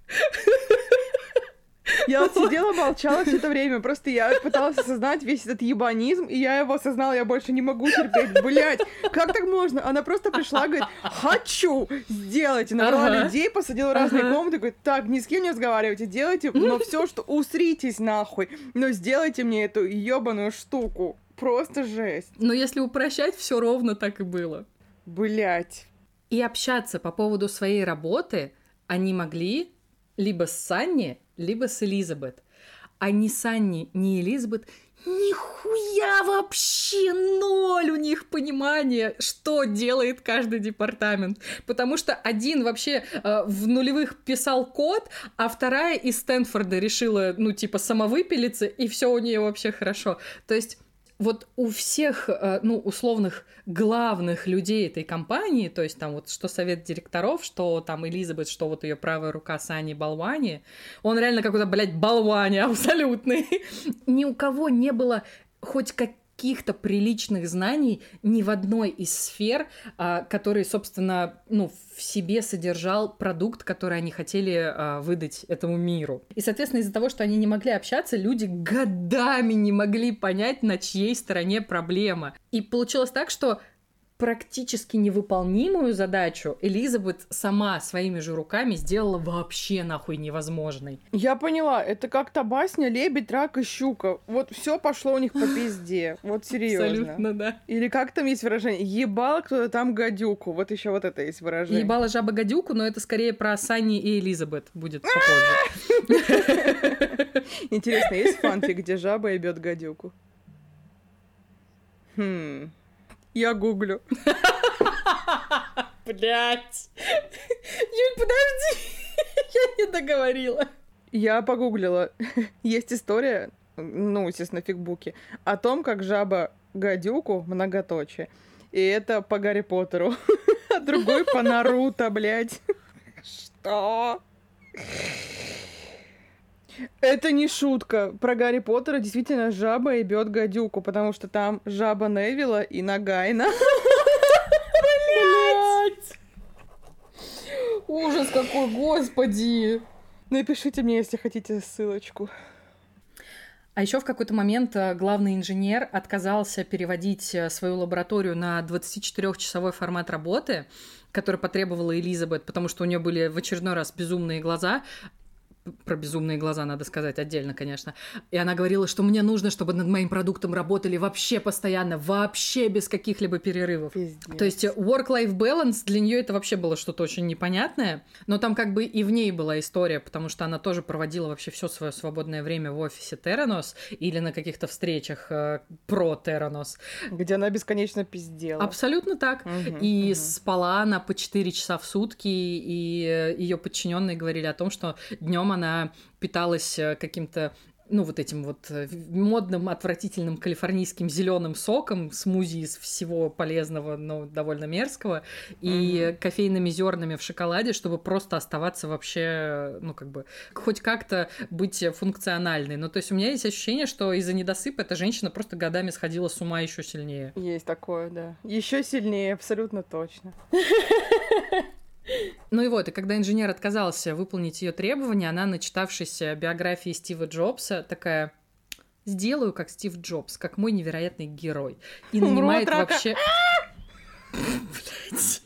Я вот сидела, молчала все это время. Просто я пыталась осознать весь этот ебанизм, и я его осознала, я больше не могу терпеть. Блять, как так можно? Она просто пришла, говорит, хочу сделать. И набрала ага. людей, посадила в разные ага. комнаты, говорит, так, ни с кем не разговаривайте, делайте, но все, что усритесь нахуй, но сделайте мне эту ебаную штуку. Просто жесть. Но если упрощать, все ровно так и было. Блять. И общаться по поводу своей работы они могли либо с Санни, либо с Элизабет. А ни Санни, ни Элизабет нихуя вообще ноль у них понимания, что делает каждый департамент. Потому что один вообще э, в нулевых писал код, а вторая из Стэнфорда решила, ну, типа, самовыпилиться, и все у нее вообще хорошо. То есть вот у всех, ну, условных главных людей этой компании, то есть там вот что совет директоров, что там Элизабет, что вот ее правая рука Сани Балвани, он реально какой-то, блядь, Балвани абсолютный. Ни у кого не было хоть как каких-то приличных знаний ни в одной из сфер, а, которые, собственно, ну, в себе содержал продукт, который они хотели а, выдать этому миру. И, соответственно, из-за того, что они не могли общаться, люди годами не могли понять, на чьей стороне проблема. И получилось так, что практически невыполнимую задачу Элизабет сама своими же руками сделала вообще нахуй невозможной. Я поняла, это как та басня «Лебедь, рак и щука». Вот все пошло у них по пизде. Вот серьезно. Абсолютно, да. Или как там есть выражение? Ебал кто-то там гадюку. Вот еще вот это есть выражение. Ебала жаба гадюку, но это скорее про Санни и Элизабет будет попозже. Интересно, есть фанфик, где жаба ебет гадюку? Хм... Я гуглю. Блять. Юль, подожди. Я не договорила. Я погуглила. Есть история, ну, естественно, в фигбуке, о том, как жаба гадюку, многоточие, и это по Гарри Поттеру, а другой по Наруто, блядь. Что? Это не шутка. Про Гарри Поттера действительно жаба ебет гадюку, потому что там жаба Невилла и Нагайна. Блять! Ужас какой, господи! Напишите мне, если хотите, ссылочку. А еще в какой-то момент главный инженер отказался переводить свою лабораторию на двадцатичетырёхчасовой формат работы, который потребовала Элизабет, потому что у нее были в очередной раз безумные глаза. Про безумные глаза надо сказать отдельно, конечно. И она говорила, что мне нужно, чтобы над моим продуктом работали вообще постоянно, вообще без каких-либо перерывов. Пиздец. То есть work-life balance для нее это вообще было что-то очень непонятное, но там как бы и в ней была история, потому что она тоже проводила вообще все свое свободное время в офисе Theranos или на каких-то встречах э, про Theranos. Где она бесконечно пиздела. Абсолютно так. Угу, и угу. спала она по четыре часа в сутки, и ее подчиненные говорили о том, что днем она питалась каким-то, ну, вот этим вот модным, отвратительным калифорнийским зеленым соком, смузи из всего полезного, но довольно мерзкого, и mm-hmm. кофейными зернами в шоколаде, чтобы просто оставаться вообще, ну, как бы, хоть как-то быть функциональной. Ну, то есть у меня есть ощущение, что из-за недосыпа эта женщина просто годами сходила с ума еще сильнее. Есть такое, да. Еще сильнее, абсолютно точно. Ну и вот, и когда инженер отказался выполнить ее требования, она, начитавшись биографии Стива Джобса, такая: сделаю как Стив Джобс, как мой невероятный герой. И нанимает вообще... Блять.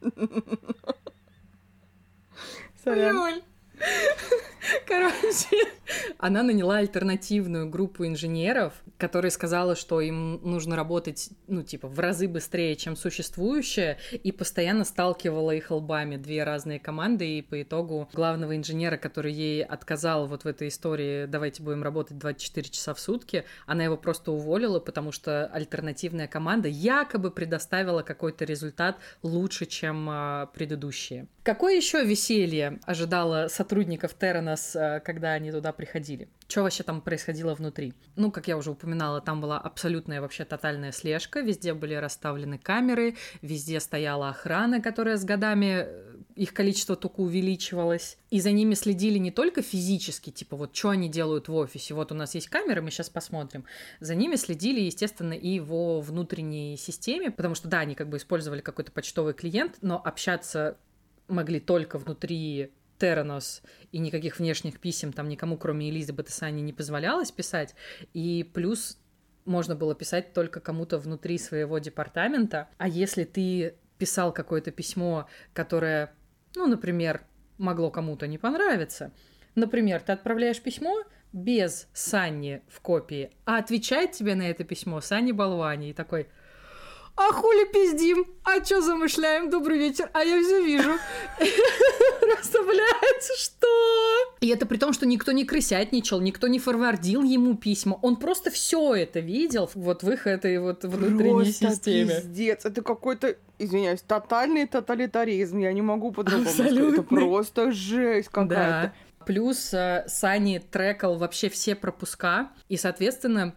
Сорян. Короче, она наняла альтернативную группу инженеров, которая сказала, что им нужно работать, ну, типа, в разы быстрее, чем существующая, и постоянно сталкивала их лбами, две разные команды, и по итогу главного инженера, который ей отказал вот в этой истории «давайте будем работать двадцать четыре часа в сутки», она его просто уволила, потому что альтернативная команда якобы предоставила какой-то результат лучше, чем а, предыдущие. Какое еще веселье ожидало сотрудников Theranos, когда они туда приходили? Что вообще там происходило внутри? Ну, как я уже упоминала, там была абсолютная вообще тотальная слежка, везде были расставлены камеры, везде стояла охрана, которая с годами, их количество только увеличивалось. И за ними следили не только физически, типа вот что они делают в офисе, вот у нас есть камеры, мы сейчас посмотрим. За ними следили, естественно, и во внутренней системе, потому что, да, они как бы использовали какой-то почтовый клиент, но общаться могли только внутри Theranos, и никаких внешних писем там никому, кроме Элизабет и Санни, не позволялось писать. И плюс можно было писать только кому-то внутри своего департамента. А если ты писал какое-то письмо, которое, ну, например, могло кому-то не понравиться, например, ты отправляешь письмо без Санни в копии, а отвечает тебе на это письмо Санни Болвани, и такой: а хули пиздим? А чё замышляем? Добрый вечер. А я все вижу. Просто, блядь, что? И это при том, что никто не крысятничал, никто не форвардил ему письма. Он просто все это видел вот в их этой вот внутренней просто системе. Пиздец. Это какой-то, извиняюсь, тотальный тоталитаризм. Я не могу по-другому сказать. Абсолютный. Это просто жесть какая-то. Да. Плюс э, Санни трекал вообще все пропуска. И, соответственно,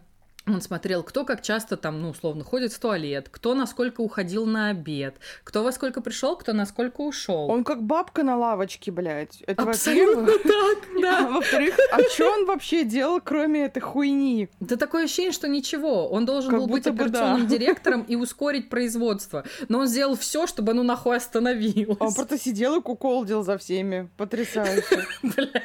Он смотрел, кто как часто там, ну, условно, ходит в туалет, кто насколько уходил на обед, кто во сколько пришел, кто насколько ушел. Он как бабка на лавочке, блядь. Это абсолютно так, да. А во-вторых, а что он вообще делал, кроме этой хуйни? Да такое ощущение, что ничего. Он должен как был быть операционным да. директором и ускорить производство. Но он сделал все, чтобы оно нахуй остановилось. Он просто сидел и куколдил за всеми. Потрясающе. Бля.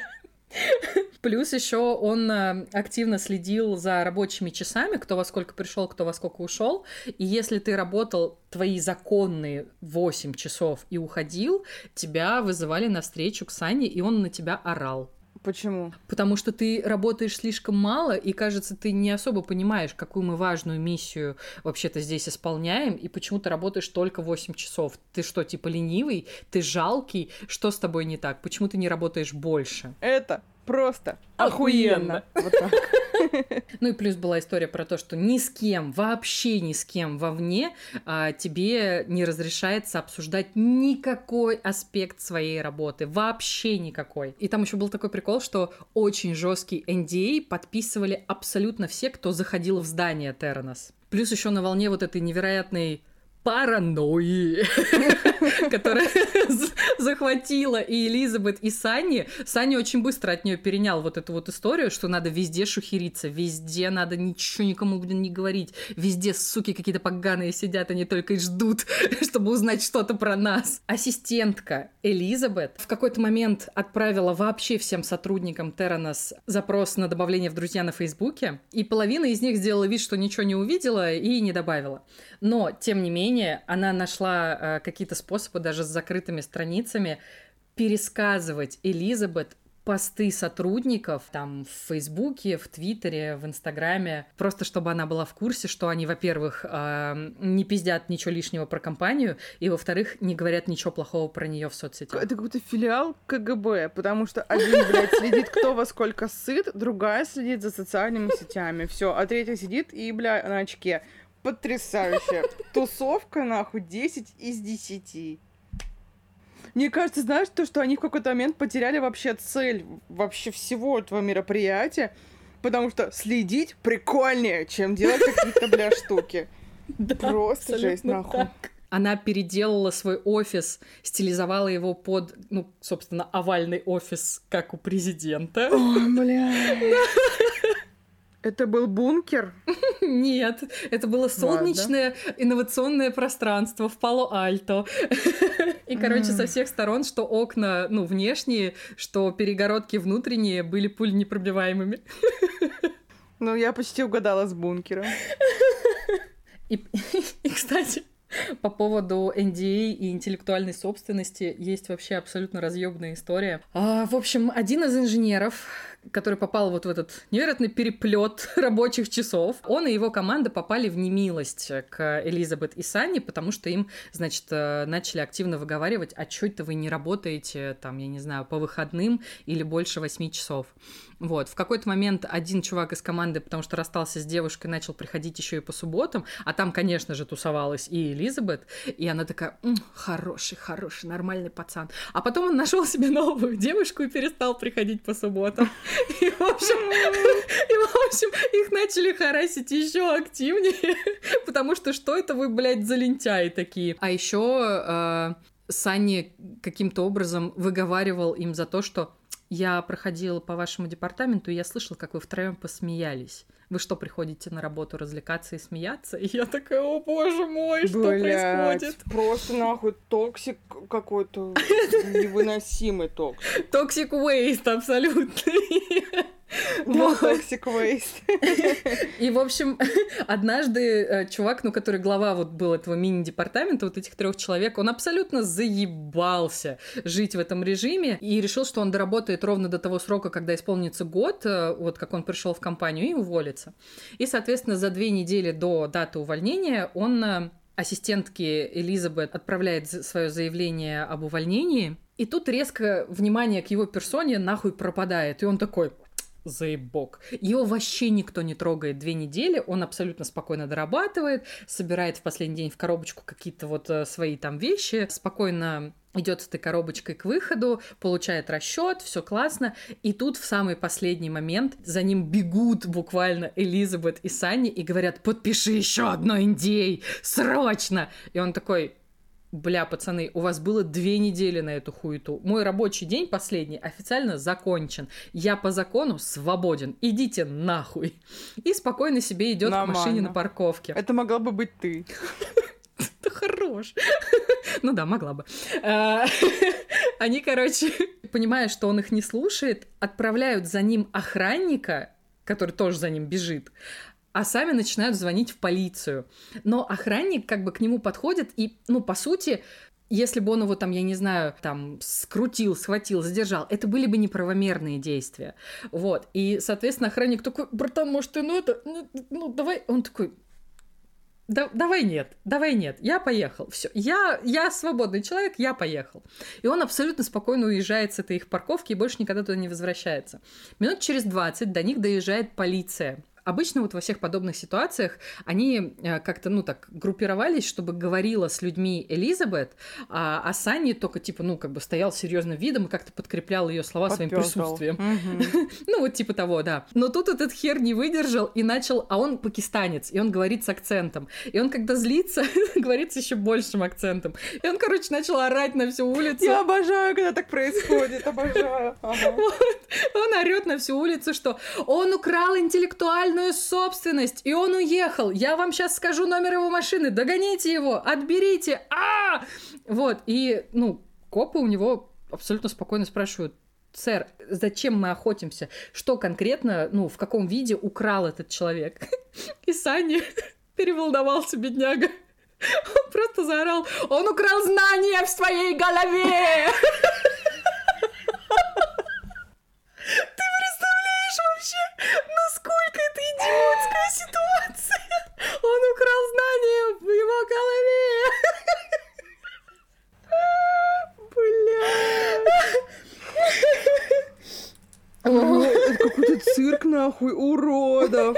Плюс еще он активно следил за рабочими часами, кто во сколько пришел, кто во сколько ушел. И если ты работал твои законные восемь часов и уходил, тебя вызывали на встречу к Сане, и он на тебя орал. Почему? Потому что ты работаешь слишком мало, и, кажется, ты не особо понимаешь, какую мы важную миссию вообще-то здесь исполняем, и почему ты работаешь только восемь часов. Ты что, типа ленивый? Ты жалкий? Что с тобой не так? Почему ты не работаешь больше? Это просто охуенно. охуенно. Вот так. Ну и плюс была история про то, что ни с кем, вообще ни с кем вовне а, тебе не разрешается обсуждать никакой аспект своей работы. Вообще никакой. И там еще был такой прикол, что очень жесткий эн ди эй подписывали абсолютно все, кто заходил в здание Терранос. Плюс еще на волне вот этой невероятной паранойи, которая захватила и Элизабет, и Санни. Санни очень быстро от нее перенял вот эту вот историю, что надо везде шухериться, везде надо ничего никому, блин, не говорить, везде, суки, какие-то поганые сидят, они только и ждут, чтобы узнать что-то про нас. Ассистентка Элизабет в какой-то момент отправила вообще всем сотрудникам Терранос запрос на добавление в друзья на Фейсбуке, и половина из них сделала вид, что ничего не увидела и не добавила. Но, тем не менее, она нашла э, какие-то способы даже с закрытыми страницами пересказывать Элизабет посты сотрудников там в Фейсбуке, в Твиттере, в Инстаграме, просто чтобы она была в курсе, что они, во-первых, э, не пиздят ничего лишнего про компанию, и, во-вторых, не говорят ничего плохого про нее в соцсетях. Это какой-то филиал ка гэ бэ, потому что один, блядь, следит, кто во сколько сыт, другая следит за социальными сетями, все, а третья сидит и, бля, на очке. Потрясающе. Тусовка, нахуй, десять из десяти. Мне кажется, знаешь, то, что они в какой-то момент потеряли вообще цель вообще всего этого мероприятия, потому что следить прикольнее, чем делать какие-то, бля, штуки. Да, просто жесть, нахуй. Так. Она переделала свой офис, стилизовала его под, ну, собственно, овальный офис, как у президента. О, бля. Это был бункер? Нет, это было солнечное Ладно. инновационное пространство в Пало-Альто. И, короче, mm. со всех сторон, что окна, ну, внешние, что перегородки внутренние были пуленепробиваемыми. Ну, я почти угадала с бункером. И, и, кстати, по поводу эн ди эй и интеллектуальной собственности есть вообще абсолютно разъёбная история. А, в общем, один из инженеров, который попал вот в этот невероятный переплет рабочих часов, он и его команда попали в немилость к Элизабет и Санни, потому что им, значит, начали активно выговаривать, а чё это вы не работаете, там, я не знаю, по выходным или больше восьми часов. Вот. В какой-то момент один чувак из команды, потому что расстался с девушкой, начал приходить еще и по субботам, а там, конечно же, тусовалась и Элизабет, и она такая, м-м, хороший, хороший, нормальный пацан. А потом он нашел себе новую девушку и перестал приходить по субботам. И, в общем, и, в общем, их начали харасить еще активнее, потому что что это вы, блядь, за лентяи такие? А еще э, Санни каким-то образом выговаривал им за то, что я проходила по вашему департаменту, и я слышала, как вы втроем посмеялись. Вы что, приходите на работу развлекаться и смеяться? И я такая, о боже мой, что Блядь, происходит? Просто нахуй токсик какой-то, невыносимый токсик. Токсик waste абсолютный. Да, toxic waste. И, в общем, однажды чувак, ну, который глава вот был этого мини-департамента, вот этих трех человек, он абсолютно заебался жить в этом режиме и решил, что он доработает ровно до того срока, когда исполнится год, вот как он пришел в компанию, и уволится. И, соответственно, за две недели до даты увольнения он ассистентке Элизабет отправляет свое заявление об увольнении, и тут резко внимание к его персоне нахуй пропадает, и он такой... заебок. Его вообще никто не трогает две недели, он абсолютно спокойно дорабатывает, собирает в последний день в коробочку какие-то вот свои там вещи, спокойно идет с этой коробочкой к выходу, получает расчет, все классно, и тут в самый последний момент за ним бегут буквально Элизабет и Санни и говорят: подпиши еще одно эн ди эй, срочно! И он такой: бля, пацаны, у вас было две недели на эту хуету. Мой рабочий день последний официально закончен. Я по закону свободен. Идите нахуй. И спокойно себе идет к машине на парковке. Это могла бы быть ты. Ты хорош. Ну да, могла бы. Они, короче, понимая, что он их не слушает, отправляют за ним охранника, который тоже за ним бежит, а сами начинают звонить в полицию. Но охранник как бы к нему подходит и, ну, по сути, если бы он его там, я не знаю, там, скрутил, схватил, задержал, это были бы неправомерные действия. Вот. И, соответственно, охранник такой: братан, может, ты, ну, это, ну, ну давай. Он такой: Да, давай нет, давай нет, я поехал, все, я, я свободный человек, я поехал. И он абсолютно спокойно уезжает с этой их парковки и больше никогда туда не возвращается. Минут через двадцать до них доезжает полиция. Обычно вот во всех подобных ситуациях они как-то, ну, так, группировались, чтобы говорила с людьми Элизабет, а, а Санни только, типа, ну, как бы стоял серьезным видом и как-то подкреплял ее слова своим присутствием. Ну, вот типа того, да. Но тут этот хер не выдержал и начал, а он пакистанец, и он говорит с акцентом. И он, когда злится, говорит с еще большим акцентом. И он, короче, начал орать на всю улицу. Я обожаю, когда так происходит, обожаю. Он орет на всю улицу, что он украл интеллектуально собственность, и он уехал. Я вам сейчас скажу номер его машины. Догоните его, отберите. А! Вот, и, ну, копы у него абсолютно спокойно спрашивают: сэр, зачем мы охотимся? Что конкретно, ну, в каком виде украл этот человек? И Санни переволновался, бедняга. Он просто заорал: он украл знания в своей голове! Ты представляешь вообще, насколько это идиотская ситуация? Он украл знания в его голове. Бля. Это какой-то цирк, нахуй, уродов.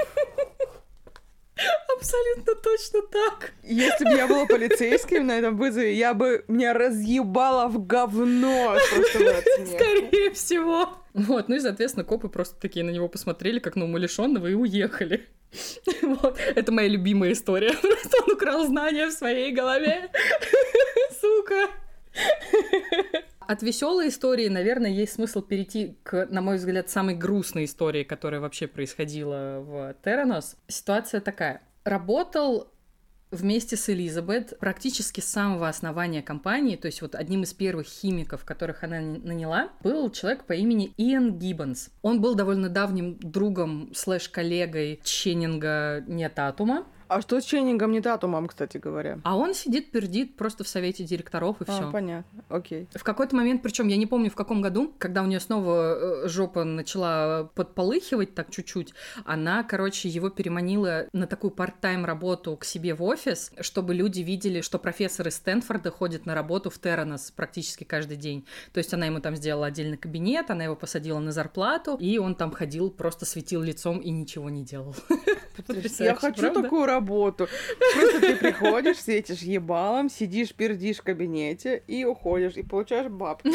Абсолютно точно так. Если бы я была полицейским на этом вызове, я бы меня разъебала в говно. Скорее всего. Вот, ну и, соответственно, копы просто такие на него посмотрели, как на умалишенного, и уехали. Вот, это моя любимая история. Просто он украл знания в своей голове. Сука. От веселой истории, наверное, есть смысл перейти к, на мой взгляд, самой грустной истории, которая вообще происходила в Теранос. Ситуация такая. Работал вместе с Элизабет практически с самого основания компании, то есть вот одним из первых химиков, которых она наняла, был человек по имени Иэн Гиббонс. Он был довольно давним другом слэш-коллегой Ченнинга Нетатума. А что с Ченнингом Нетатумом, кстати говоря? А он сидит, пердит просто в совете директоров и все. А, понятно, окей. В какой-то момент, причем я не помню в каком году, когда у нее снова жопа начала подполыхивать так чуть-чуть, она, короче, его переманила на такую парт-тайм работу к себе в офис, чтобы люди видели, что профессор из Стэнфорда ходит на работу в Теранос практически каждый день. То есть она ему там сделала отдельный кабинет, она его посадила на зарплату, и он там ходил, просто светил лицом и ничего не делал. Я хочу такую работу. Просто ты приходишь, светишь ебалом, сидишь, пердишь в кабинете и уходишь, и получаешь бабки.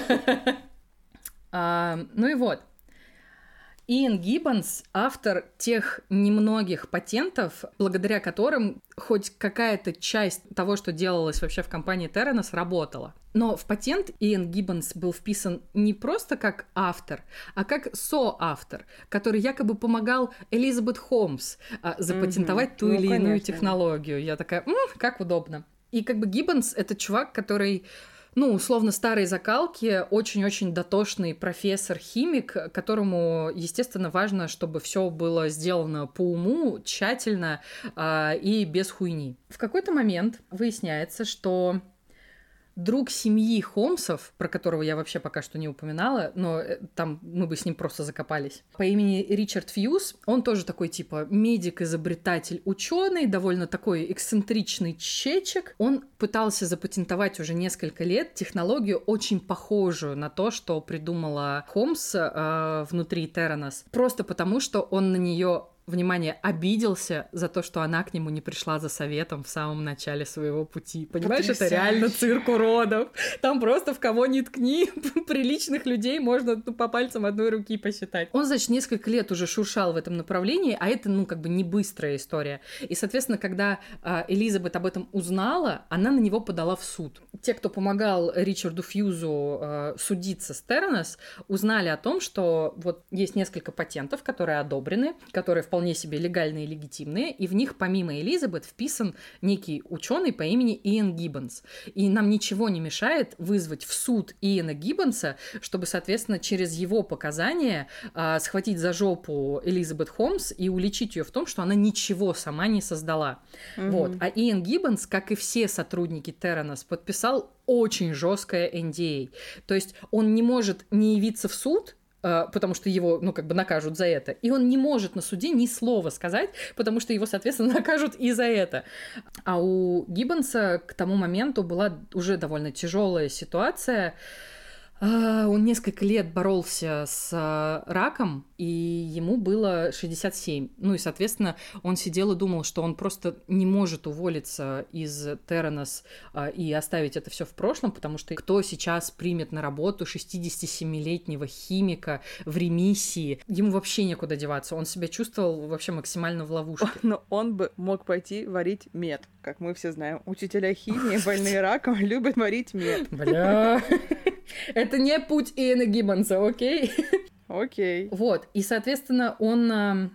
Ну и вот. Иэн Гиббонс — автор тех немногих патентов, благодаря которым хоть какая-то часть того, что делалось вообще в компании Теранос, работала. Но в патент Иэн Гиббонс был вписан не просто как автор, а как соавтор, который якобы помогал Элизабет Холмс а, запатентовать mm-hmm. ту ну, или конечно. иную технологию. Я такая, м-м, как удобно. И как бы Гиббонс — это чувак, который... ну, условно, старой закалки, очень-очень дотошный профессор-химик, которому, естественно, важно, чтобы все было сделано по уму, тщательно э, и без хуйни. В какой-то момент выясняется, что друг семьи Холмсов, про которого я вообще пока что не упоминала, но там мы бы с ним просто закопались, по имени Ричард Фьюз. Он тоже такой типа медик, изобретатель, ученый, довольно такой эксцентричный чечек. Он пытался запатентовать уже несколько лет технологию, очень похожую на то, что придумала Холмс э, внутри Теранос, просто потому, что он на нее, внимание, обиделся за то, что она к нему не пришла за советом в самом начале своего пути. Понимаешь, Потрясающе. Это реально цирк уродов. Там просто в кого ни ткни, приличных людей можно ну, по пальцам одной руки посчитать. Он, значит, несколько лет уже шуршал в этом направлении, а это, ну, как бы не быстрая история. И, соответственно, когда э, Элизабет об этом узнала, она на него подала в суд. Те, кто помогал Ричарду Фьюзу э, судиться с Теранос, узнали о том, что вот есть несколько патентов, которые одобрены, которые вполне вполне себе легальные и легитимные, и в них помимо Элизабет вписан некий ученый по имени Иэн Гиббонс. И нам ничего не мешает вызвать в суд Иэна Гиббонса, чтобы, соответственно, через его показания э, схватить за жопу Элизабет Холмс и уличить ее в том, что она ничего сама не создала. Mm-hmm. Вот. А Иэн Гиббонс, как и все сотрудники Теранос, подписал очень жесткое эн ди эй. То есть он не может не явиться в суд, потому что его, ну, как бы накажут за это. И он не может на суде ни слова сказать, потому что его, соответственно, накажут и за это. А у Гиббонса к тому моменту была уже довольно тяжелая ситуация. Он несколько лет боролся с раком, и ему было шестьдесят семь. Ну и, соответственно, он сидел и думал, что он просто не может уволиться из Теранос и оставить это все в прошлом, потому что кто сейчас примет на работу шестидесятисемилетнего химика в ремиссии? Ему вообще некуда деваться. Он себя чувствовал вообще максимально в ловушке. Но он бы мог пойти варить мед, как мы все знаем. Учителя химии, больные раком, любят варить мед. Бля... Это не путь Иэна Гиббонса, окей? Окей. Вот, и, соответственно, он э,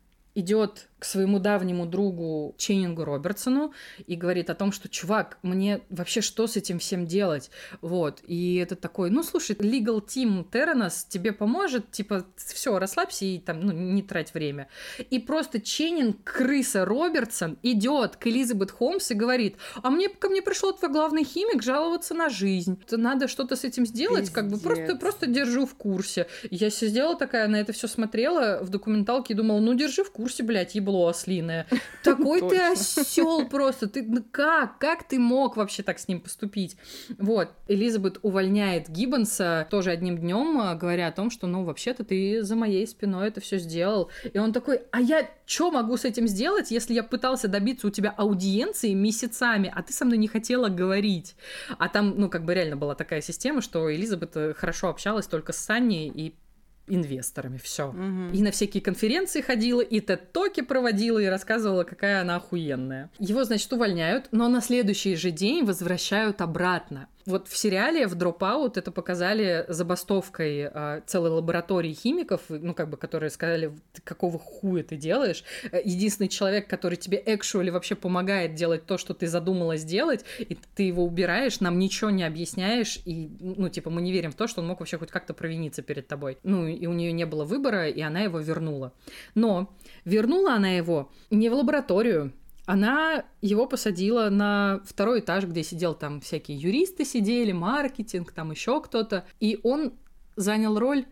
идет к своему давнему другу Ченнингу Робертсону и говорит о том, что, чувак, мне вообще что с этим всем делать? Вот, и это такой, ну, слушай, legal team Теранос тебе поможет, типа, все, расслабься и там, ну, не трать время. И просто Ченнинг, крыса Робертсон, идет к Элизабет Холмс и говорит, а мне ко мне пришел твой главный химик жаловаться на жизнь. Надо что-то с этим сделать, Пиздец. Как бы просто, просто держу в курсе. Я сидела такая, на это все смотрела в документалке и думала, ну, держи в курсе, блядь, ебло ослиное. Такой ты осел просто. Ты ну как? Как ты мог вообще так с ним поступить? Вот. Элизабет увольняет Гиббонса тоже одним днем, говоря о том, что, ну, вообще-то ты за моей спиной это все сделал. И он такой, а я что могу с этим сделать, если я пытался добиться у тебя аудиенции месяцами, а ты со мной не хотела говорить? А там, ну, как бы реально была такая система, что Элизабет хорошо общалась только с Санни и инвесторами, все. Угу. И на всякие конференции ходила, и тед-токи проводила, и рассказывала, какая она охуенная. Его, значит, увольняют, но на следующий же день возвращают обратно. Вот в сериале в Dropout это показали забастовкой э, целой лаборатории химиков, ну, как бы, которые сказали, какого хуя ты делаешь? Единственный человек, который тебе actually вообще помогает делать то, что ты задумала сделать, и ты его убираешь, нам ничего не объясняешь, и, ну, типа, мы не верим в то, что он мог вообще хоть как-то провиниться перед тобой. Ну, и у нее не было выбора, и она его вернула. Но вернула она его не в лабораторию, она его посадила на второй этаж, где сидел там всякие юристы сидели, маркетинг, там еще кто-то. И он занял роль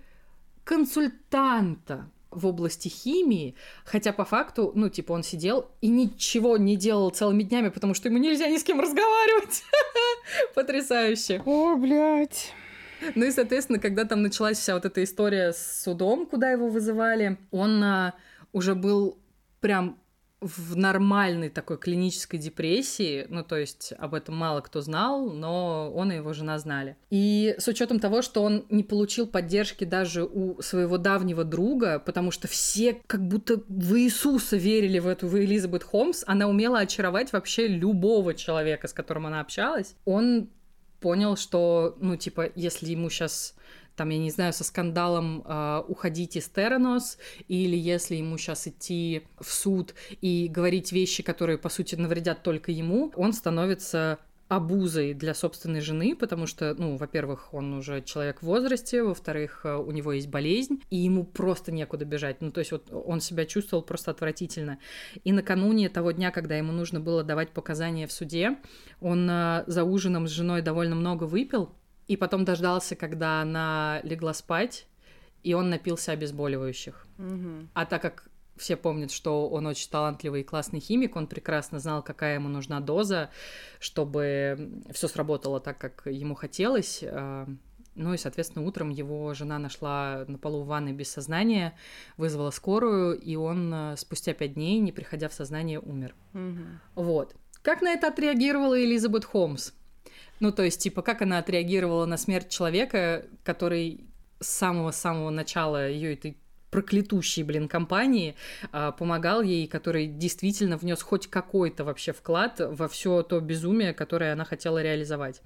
консультанта в области химии, хотя по факту, ну, типа, он сидел и ничего не делал целыми днями, потому что ему нельзя ни с кем разговаривать. Потрясающе. О, блядь. Ну и, соответственно, когда там началась вся вот эта история с судом, куда его вызывали, он а, уже был прям в нормальной такой клинической депрессии, ну, то есть об этом мало кто знал, но он и его жена знали. И с учетом того, что он не получил поддержки даже у своего давнего друга, потому что все как будто в Иисуса верили в эту в Элизабет Холмс, она умела очаровать вообще любого человека, с которым она общалась, он понял, что, ну, типа, если ему сейчас... там, я не знаю, со скандалом э, уходить из Теранос, или если ему сейчас идти в суд и говорить вещи, которые, по сути, навредят только ему, он становится обузой для собственной жены, потому что, ну, во-первых, он уже человек в возрасте, во-вторых, у него есть болезнь, и ему просто некуда бежать. Ну, то есть вот он себя чувствовал просто отвратительно. И накануне того дня, когда ему нужно было давать показания в суде, он за ужином с женой довольно много выпил, и потом дождался, когда она легла спать, и он напился обезболивающих. Угу. А так как все помнят, что он очень талантливый и классный химик, он прекрасно знал, какая ему нужна доза, чтобы все сработало так, как ему хотелось. Ну и, соответственно, утром его жена нашла на полу в ванной без сознания, вызвала скорую, и он спустя пять дней, не приходя в сознание, умер. Угу. Вот. Как на это отреагировала Элизабет Холмс? Ну, то есть, типа, как она отреагировала на смерть человека, который с самого-самого начала ее этой проклятущей, блин, компании а, помогал ей, который действительно внес хоть какой-то вообще вклад во все то безумие, которое она хотела реализовать.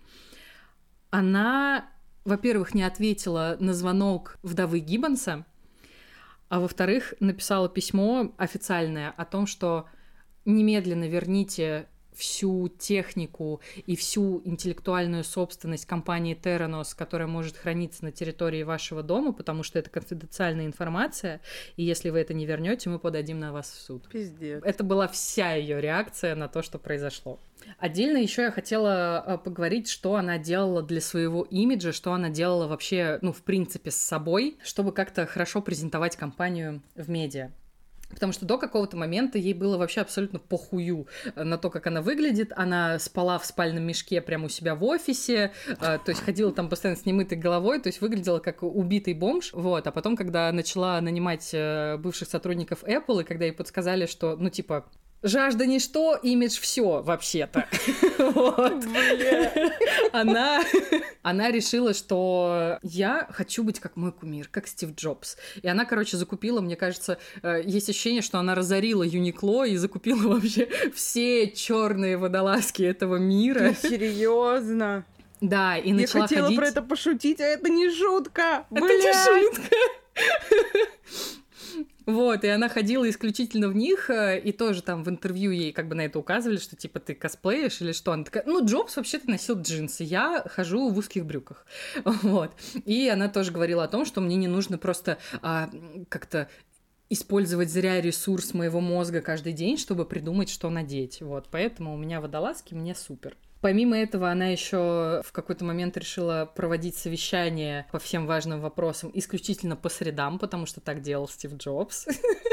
Она, во-первых, не ответила на звонок вдовы Гиббонса, а во-вторых, написала письмо официальное о том, что немедленно верните всю технику и всю интеллектуальную собственность компании Theranos, которая может храниться на территории вашего дома, потому что это конфиденциальная информация, и если вы это не вернете, мы подадим на вас в суд. Пиздец. Это была вся ее реакция на то, что произошло. Отдельно еще я хотела поговорить, что она делала для своего имиджа, что она делала вообще, ну, в принципе, с собой, чтобы как-то хорошо презентовать компанию в медиа. Потому что до какого-то момента ей было вообще абсолютно похую на то, как она выглядит. Она спала в спальном мешке прямо у себя в офисе, то есть ходила там постоянно с немытой головой, то есть выглядела как убитый бомж. Вот. А потом, когда начала нанимать бывших сотрудников Apple, и когда ей подсказали, что, ну, типа, жажда ничто, имидж все вообще-то. Вот. Она, она решила, что я хочу быть как мой кумир, как Стив Джобс. И она, короче, закупила, мне кажется, есть ощущение, что она разорила Юникло и закупила вообще все черные водолазки этого мира. Серьезно? Да, и начала ходить... Я хотела про это пошутить, а это не шутка! Это не шутка! Вот, и она ходила исключительно в них, и тоже там в интервью ей как бы на это указывали, что типа ты косплеишь или что. Она такая, ну, Джобс вообще-то носил джинсы, я хожу в узких брюках. Вот. И она тоже говорила о том, что мне не нужно просто а, как-то использовать зря ресурс моего мозга каждый день, чтобы придумать, что надеть. Вот, поэтому у меня водолазки, мне супер. Помимо этого, она еще в какой-то момент решила проводить совещания по всем важным вопросам исключительно по средам, потому что так делал Стив Джобс.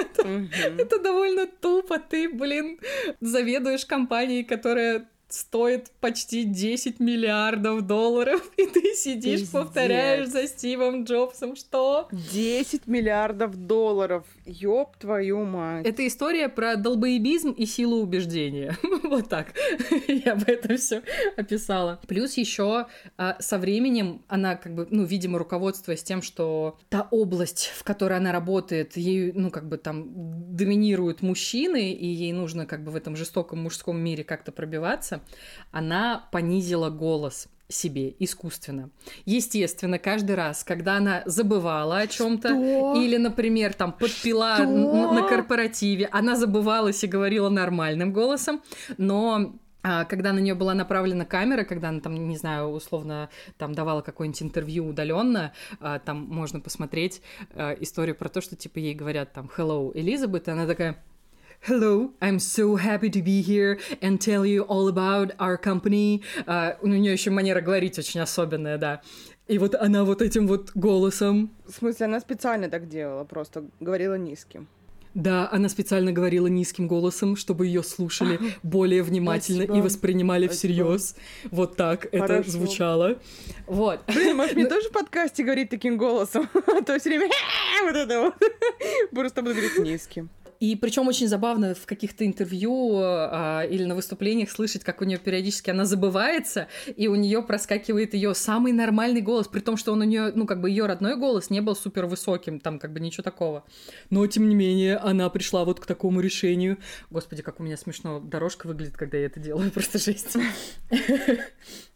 Это довольно тупо. Ты, блин, заведуешь компанией, которая стоит почти десять миллиардов долларов, и ты сидишь, Пиздец. Повторяешь за Стивом Джобсом, что? десять миллиардов долларов, ёб твою мать. Это история про долбоебизм и силу убеждения. Вот так я бы это все описала. Плюс еще со временем она как бы, ну, видимо, руководствуясь тем, что та область, в которой она работает, ей, ну, как бы там доминируют мужчины, и ей нужно как бы в этом жестоком мужском мире как-то пробиваться, она понизила голос себе искусственно. Естественно, каждый раз, когда она забывала о чем-то или, например, там подпила н- на корпоративе, она забывалась и говорила нормальным голосом, но а, когда на нее была направлена камера, когда она там, не знаю, условно там давала какое-нибудь интервью удаленно, а, там можно посмотреть а, историю про то, что типа ей говорят там «Hello, Elizabeth», и она такая: Hello, I'm so happy to be here and tell you all about our company. Uh, у нее еще манера говорить очень особенная, да. И вот она вот этим вот голосом... В смысле, она специально так делала, просто говорила низким. Да, она специально говорила низким голосом, чтобы ее слушали более внимательно Спасибо. И воспринимали всерьез. Вот так Хорошо. Это звучало. Вот. Блин, может, мне тоже в подкасте говорить таким голосом? А то все время вот это вот. Просто буду говорить низким. И причем очень забавно в каких-то интервью а, или на выступлениях слышать, как у нее периодически она забывается, и у нее проскакивает ее самый нормальный голос, при том, что он у нее, ну, как бы ее родной голос не был супер высоким, там как бы ничего такого. Но, тем не менее, она пришла вот к такому решению. Господи, как у меня смешно дорожка выглядит, когда я это делаю, просто жесть.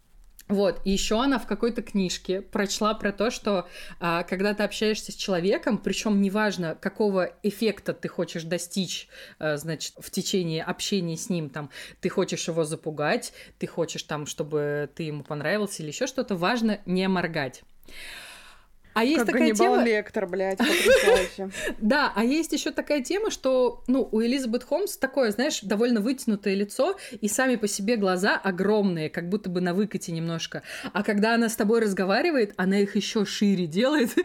Вот, и еще она в какой-то книжке прочла про то, что а, когда ты общаешься с человеком, причем неважно, какого эффекта ты хочешь достичь, а, значит, в течение общения с ним, там, ты хочешь его запугать, ты хочешь там, чтобы ты ему понравился или еще что-то, важно не моргать. А есть как такая Ганнибал тема... Лектор, блядь, потрясающе. Да, а есть еще такая тема, что, ну, у Элизабет Холмс такое, знаешь, довольно вытянутое лицо, и сами по себе глаза огромные, как будто бы на выкате немножко. А когда она с тобой разговаривает, она их еще шире делает,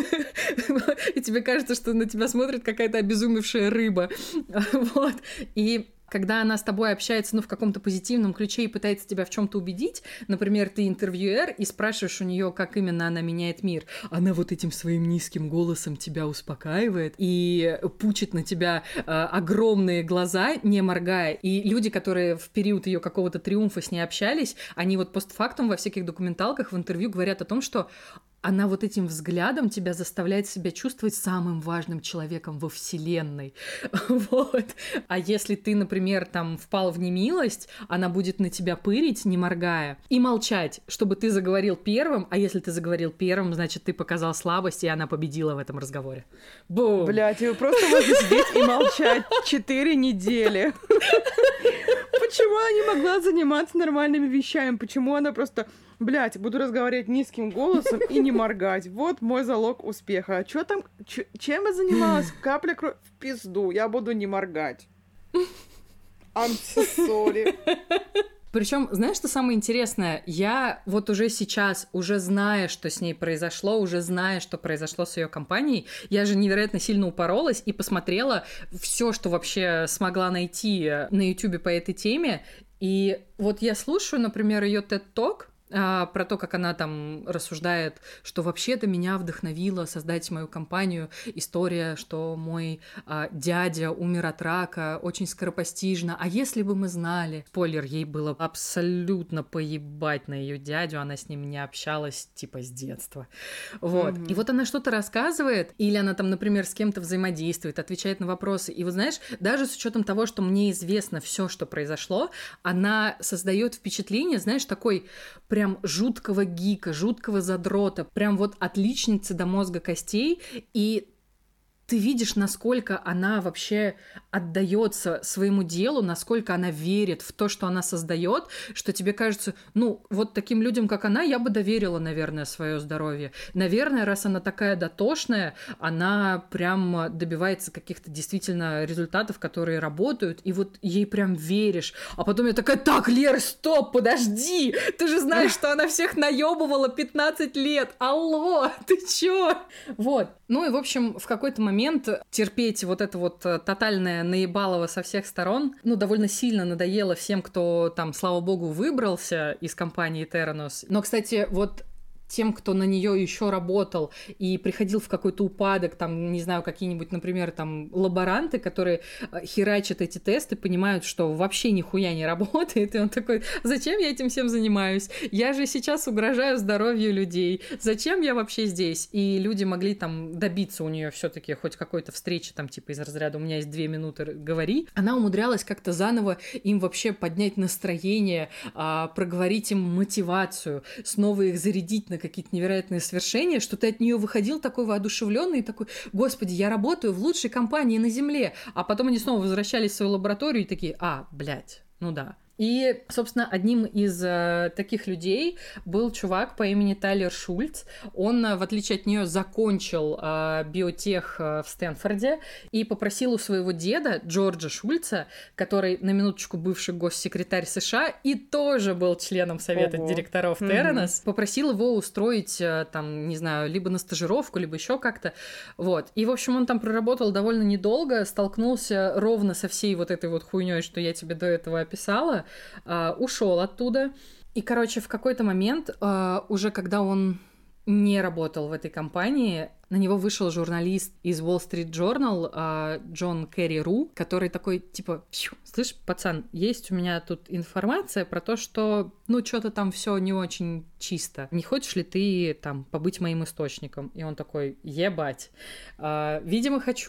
и тебе кажется, что на тебя смотрит какая-то обезумевшая рыба. Вот. И когда она с тобой общается, ну, в каком-то позитивном ключе и пытается тебя в чем-то убедить, например, ты интервьюер и спрашиваешь у нее, как именно она меняет мир, она вот этим своим низким голосом тебя успокаивает и пучит на тебя э, огромные глаза, не моргая. И люди, которые в период ее какого-то триумфа с ней общались, они вот постфактум во всяких документалках в интервью говорят о том, что она вот этим взглядом тебя заставляет себя чувствовать самым важным человеком во Вселенной. Вот. А если ты, например, там впал в немилость, она будет на тебя пырить, не моргая, и молчать, чтобы ты заговорил первым, а если ты заговорил первым, значит, ты показал слабость, и она победила в этом разговоре. Бум! Блядь, вы просто можете сидеть и молчать четыре недели. Почему она не могла заниматься нормальными вещами? Почему она просто... Блять, буду разговаривать низким голосом и не моргать. Вот мой залог успеха. А чё там... Ч- чем я занималась? Капля крови в пизду. Я буду не моргать. I'm so sorry. Причем, знаешь, что самое интересное? Я вот уже сейчас, уже зная, что с ней произошло, уже зная, что произошло с ее компанией, я же невероятно сильно упоролась и посмотрела все, что вообще смогла найти на Ютубе по этой теме. И вот я слушаю, например, ее TED-Talk, а, про то, как она там рассуждает, что вообще-то меня вдохновило создать мою компанию. История, что мой а, дядя умер от рака, очень скоропостижно. А если бы мы знали... Спойлер, ей было абсолютно поебать на ее дядю, она с ним не общалась типа с детства. Вот. Mm-hmm. И вот она что-то рассказывает, или она там, например, с кем-то взаимодействует, отвечает на вопросы. И вот знаешь, даже с учетом того, что мне известно все, что произошло, она создает впечатление, знаешь, такой прям жуткого гика, жуткого задрота, прям вот отличницы до мозга костей, и ты видишь, насколько она вообще отдается своему делу, насколько она верит в то, что она создает, что тебе кажется, ну, вот таким людям, как она, я бы доверила, наверное, свое здоровье. Наверное, раз она такая дотошная, она прям добивается каких-то действительно результатов, которые работают, и вот ей прям веришь. А потом я такая, так, Лер, стоп, подожди, ты же знаешь, что она всех наебывала пятнадцать лет, алло, ты чё? Вот. Ну и, в общем, в какой-то момент терпеть вот это вот тотальное наебалово со всех сторон, ну, довольно сильно надоело всем, кто там, слава богу, выбрался из компании Theranos. Но, кстати, вот тем, кто на нее еще работал и приходил в какой-то упадок, там, не знаю, какие-нибудь, например, там, лаборанты, которые херачат эти тесты, понимают, что вообще нихуя не работает, и он такой, зачем я этим всем занимаюсь? Я же сейчас угрожаю здоровью людей. Зачем я вообще здесь? И люди могли там добиться у нее все-таки хоть какой-то встречи, там, типа, из разряда «у меня есть две минуты, говори». Она умудрялась как-то заново им вообще поднять настроение, проговорить им мотивацию, снова их зарядить на какие-то невероятные свершения, что ты от нее выходил такой воодушевленный и такой, господи, я работаю в лучшей компании на Земле. А потом они снова возвращались в свою лабораторию и такие, а, блядь, ну да. И, собственно, одним из э, таких людей был чувак по имени Тайлер Шульц. Он, в отличие от нее, закончил э, биотех э, в Стэнфорде и попросил у своего деда Джорджа Шульца, который, на минуточку, бывший госсекретарь США и тоже был членом совета Ого. директоров Theranos, mm-hmm. попросил его устроить, э, там, не знаю, либо на стажировку, либо еще как-то. Вот. И, в общем, он там проработал довольно недолго, столкнулся ровно со всей вот этой вот хуйней, что я тебе до этого описала, Uh, ушел оттуда. И, короче, в какой-то момент, uh, уже когда он не работал в этой компании, на него вышел журналист из Wall Street Journal uh, Джон Керри Ру, который такой, типа, слышь, пацан, есть у меня тут информация про то, что, ну, что-то там все не очень чисто. Не хочешь ли ты там побыть моим источником? И он такой, ебать. Uh, видимо, хочу.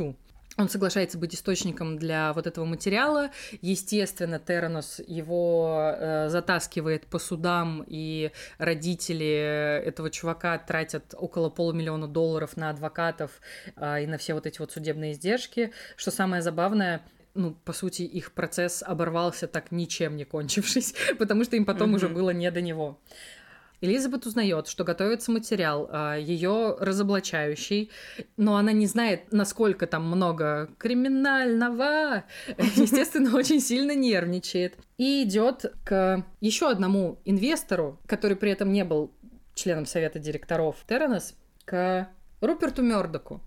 Он соглашается быть источником для вот этого материала. Естественно, Теранос его э, затаскивает по судам, и родители этого чувака тратят около полумиллиона долларов на адвокатов э, и на все вот эти вот судебные издержки. Что самое забавное, ну, по сути, их процесс оборвался так ничем не кончившись, потому что им потом mm-hmm. уже было не до него. Элизабет узнает, что готовится материал, ее разоблачающий, но она не знает, насколько там много криминального. Естественно, очень сильно нервничает. И идет к еще одному инвестору, который при этом не был членом совета директоров Теранос, к Руперту Мёрдоку.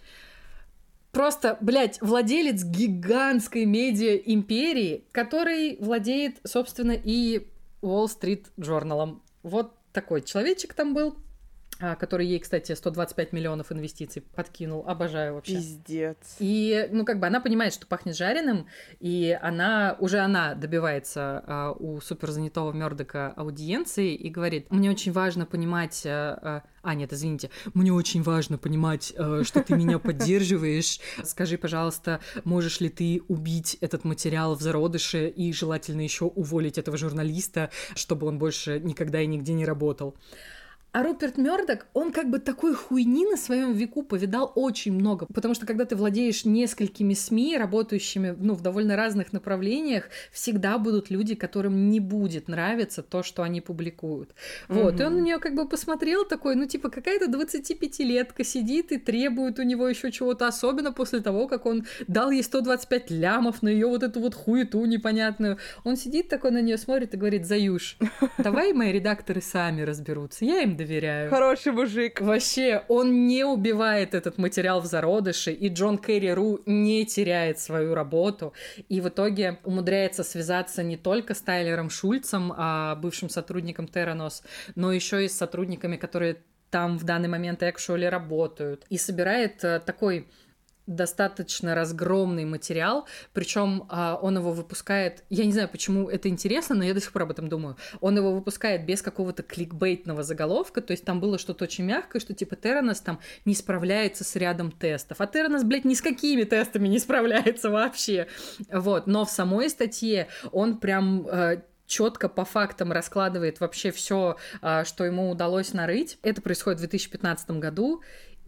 Просто, блядь, владелец гигантской медиа-империи, который владеет, собственно, и Wall Street Journal. Вот такой человечек там был, который ей, кстати, сто двадцать пять миллионов инвестиций подкинул. Обожаю вообще. Пиздец. И, ну, как бы она понимает, что пахнет жареным, и она, уже она добивается а, у суперзанятого Мёрдока аудиенции и говорит: мне очень важно понимать... А, а, нет, извините. Мне очень важно понимать, а, что ты меня поддерживаешь. Скажи, пожалуйста, можешь ли ты убить этот материал в зародыше и желательно еще уволить этого журналиста, чтобы он больше никогда и нигде не работал. А Руперт Мёрдок, он как бы такой хуйни на своем веку повидал очень много, потому что когда ты владеешь несколькими СМИ, работающими, ну, в довольно разных направлениях, всегда будут люди, которым не будет нравиться то, что они публикуют. Вот, mm-hmm. и он на нее как бы посмотрел такой, ну, типа, какая-то двадцатипятилетка сидит и требует у него еще чего-то, особенно после того, как он дал ей сто двадцать пять лямов на ее вот эту вот хуету непонятную. Он сидит такой на нее смотрит и говорит: Заюш, давай мои редакторы сами разберутся, я им доверяю. доверяю. Хороший мужик. Вообще, он не убивает этот материал в зародыше, и Джон Керри Ру не теряет свою работу, и в итоге умудряется связаться не только с Тайлером Шульцем, а бывшим сотрудником Теранос, но еще и с сотрудниками, которые там в данный момент actually работают, и собирает такой достаточно разгромный материал, причем а, он его выпускает, я не знаю, почему это интересно, но я до сих пор об этом думаю, он его выпускает без какого-то кликбейтного заголовка, то есть там было что-то очень мягкое, что типа Теранос там не справляется с рядом тестов, а Теранос, блядь, ни с какими тестами не справляется вообще, вот, но в самой статье он прям... Э, четко по фактам раскладывает вообще все, что ему удалось нарыть. Это происходит в две тысячи пятнадцатом году,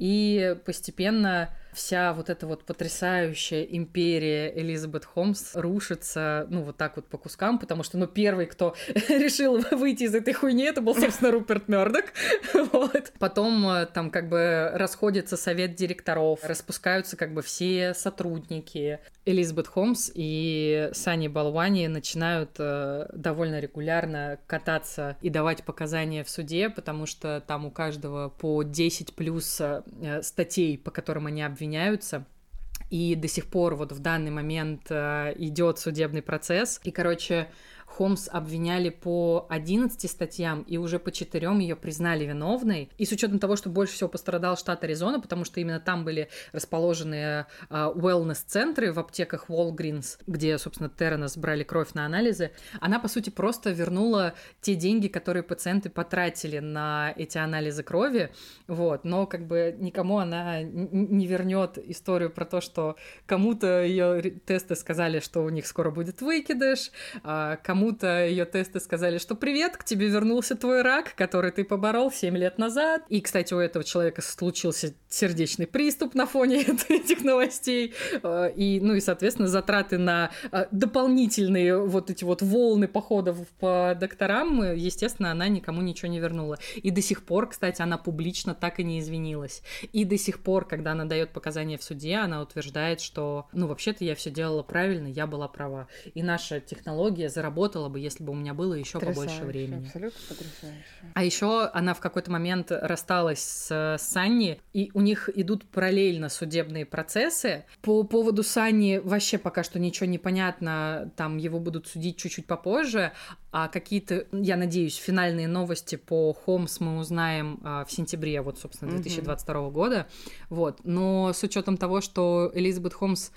и постепенно вся вот эта вот потрясающая империя Элизабет Холмс рушится, ну, вот так вот по кускам, потому что, ну, первый, кто решил выйти из этой хуйни, это был, собственно, Руперт Мёрдок. Вот. Потом там как бы расходится совет директоров, распускаются как бы все сотрудники. Элизабет Холмс и Сани Балвани начинают э, довольно регулярно кататься и давать показания в суде, потому что там у каждого по десять плюс э, статей, по которым они обвиняются, и до сих пор вот в данный момент э, идет судебный процесс. И, короче, Холмс обвиняли по одиннадцати статьям, и уже по четырем ее признали виновной. И с учетом того, что больше всего пострадал штат Аризона, потому что именно там были расположены э, wellness-центры в аптеках Walgreens, где, собственно, Теранос брали кровь на анализы, она, по сути, просто вернула те деньги, которые пациенты потратили на эти анализы крови, вот. Но как бы никому она не вернет историю про то, что кому-то ее тесты сказали, что у них скоро будет выкидыш, а кому Кому-то ее тесты сказали, что привет, к тебе вернулся твой рак, который ты поборол семь лет назад. И, кстати, у этого человека случился сердечный приступ на фоне этих новостей. И, ну и, соответственно, затраты на дополнительные вот эти вот волны походов по докторам, естественно, она никому ничего не вернула. И до сих пор, кстати, она публично так и не извинилась. И до сих пор, когда она дает показания в суде, она утверждает, что, ну, вообще-то я все делала правильно, я была права. И наша технология заработала бы, если бы у меня было еще побольше времени. Абсолютно потрясающе. А еще она в какой-то момент рассталась с Санни, и у них идут параллельно судебные процессы. По поводу Санни вообще пока что ничего не понятно, там его будут судить чуть-чуть попозже, а какие-то, я надеюсь, финальные новости по Холмс мы узнаем а, в сентябре, вот, собственно, две тысячи двадцать второго года. Вот. Но с учетом того, что Элизабет Холмс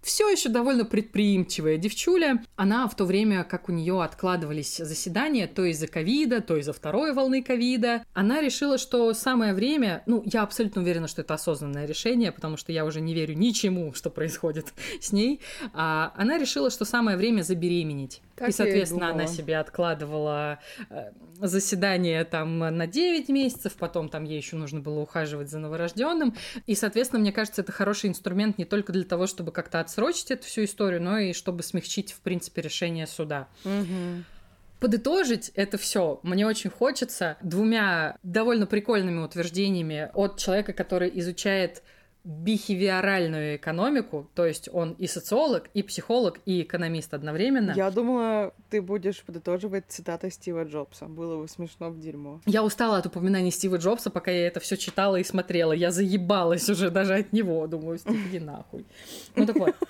все еще довольно предприимчивая девчуля. Она в то время, как у нее откладывались заседания, то из-за ковида, то из-за второй волны ковида, она решила, что самое время, ну, я абсолютно уверена, что это осознанное решение, потому что я уже не верю ничему, что происходит с ней, а она решила, что самое время забеременеть. Так и, соответственно, я и она себе откладывала э, заседание там на девять месяцев, потом там ей еще нужно было ухаживать за новорожденным. И, соответственно, мне кажется, это хороший инструмент не только для того, чтобы как-то отсрочить эту всю историю, но и чтобы смягчить, в принципе, решение суда. Угу. Подытожить это все мне очень хочется двумя довольно прикольными утверждениями от человека, который изучает бихевиоральную экономику, то есть он и социолог, и психолог, и экономист одновременно. Я думала, ты будешь подытоживать цитатой Стива Джобса. Было бы смешно в дерьмо. Я устала от упоминаний Стива Джобса, пока я это все читала и смотрела. Я заебалась уже даже от него. Думаю, Стив, иди нахуй. Ну так вот.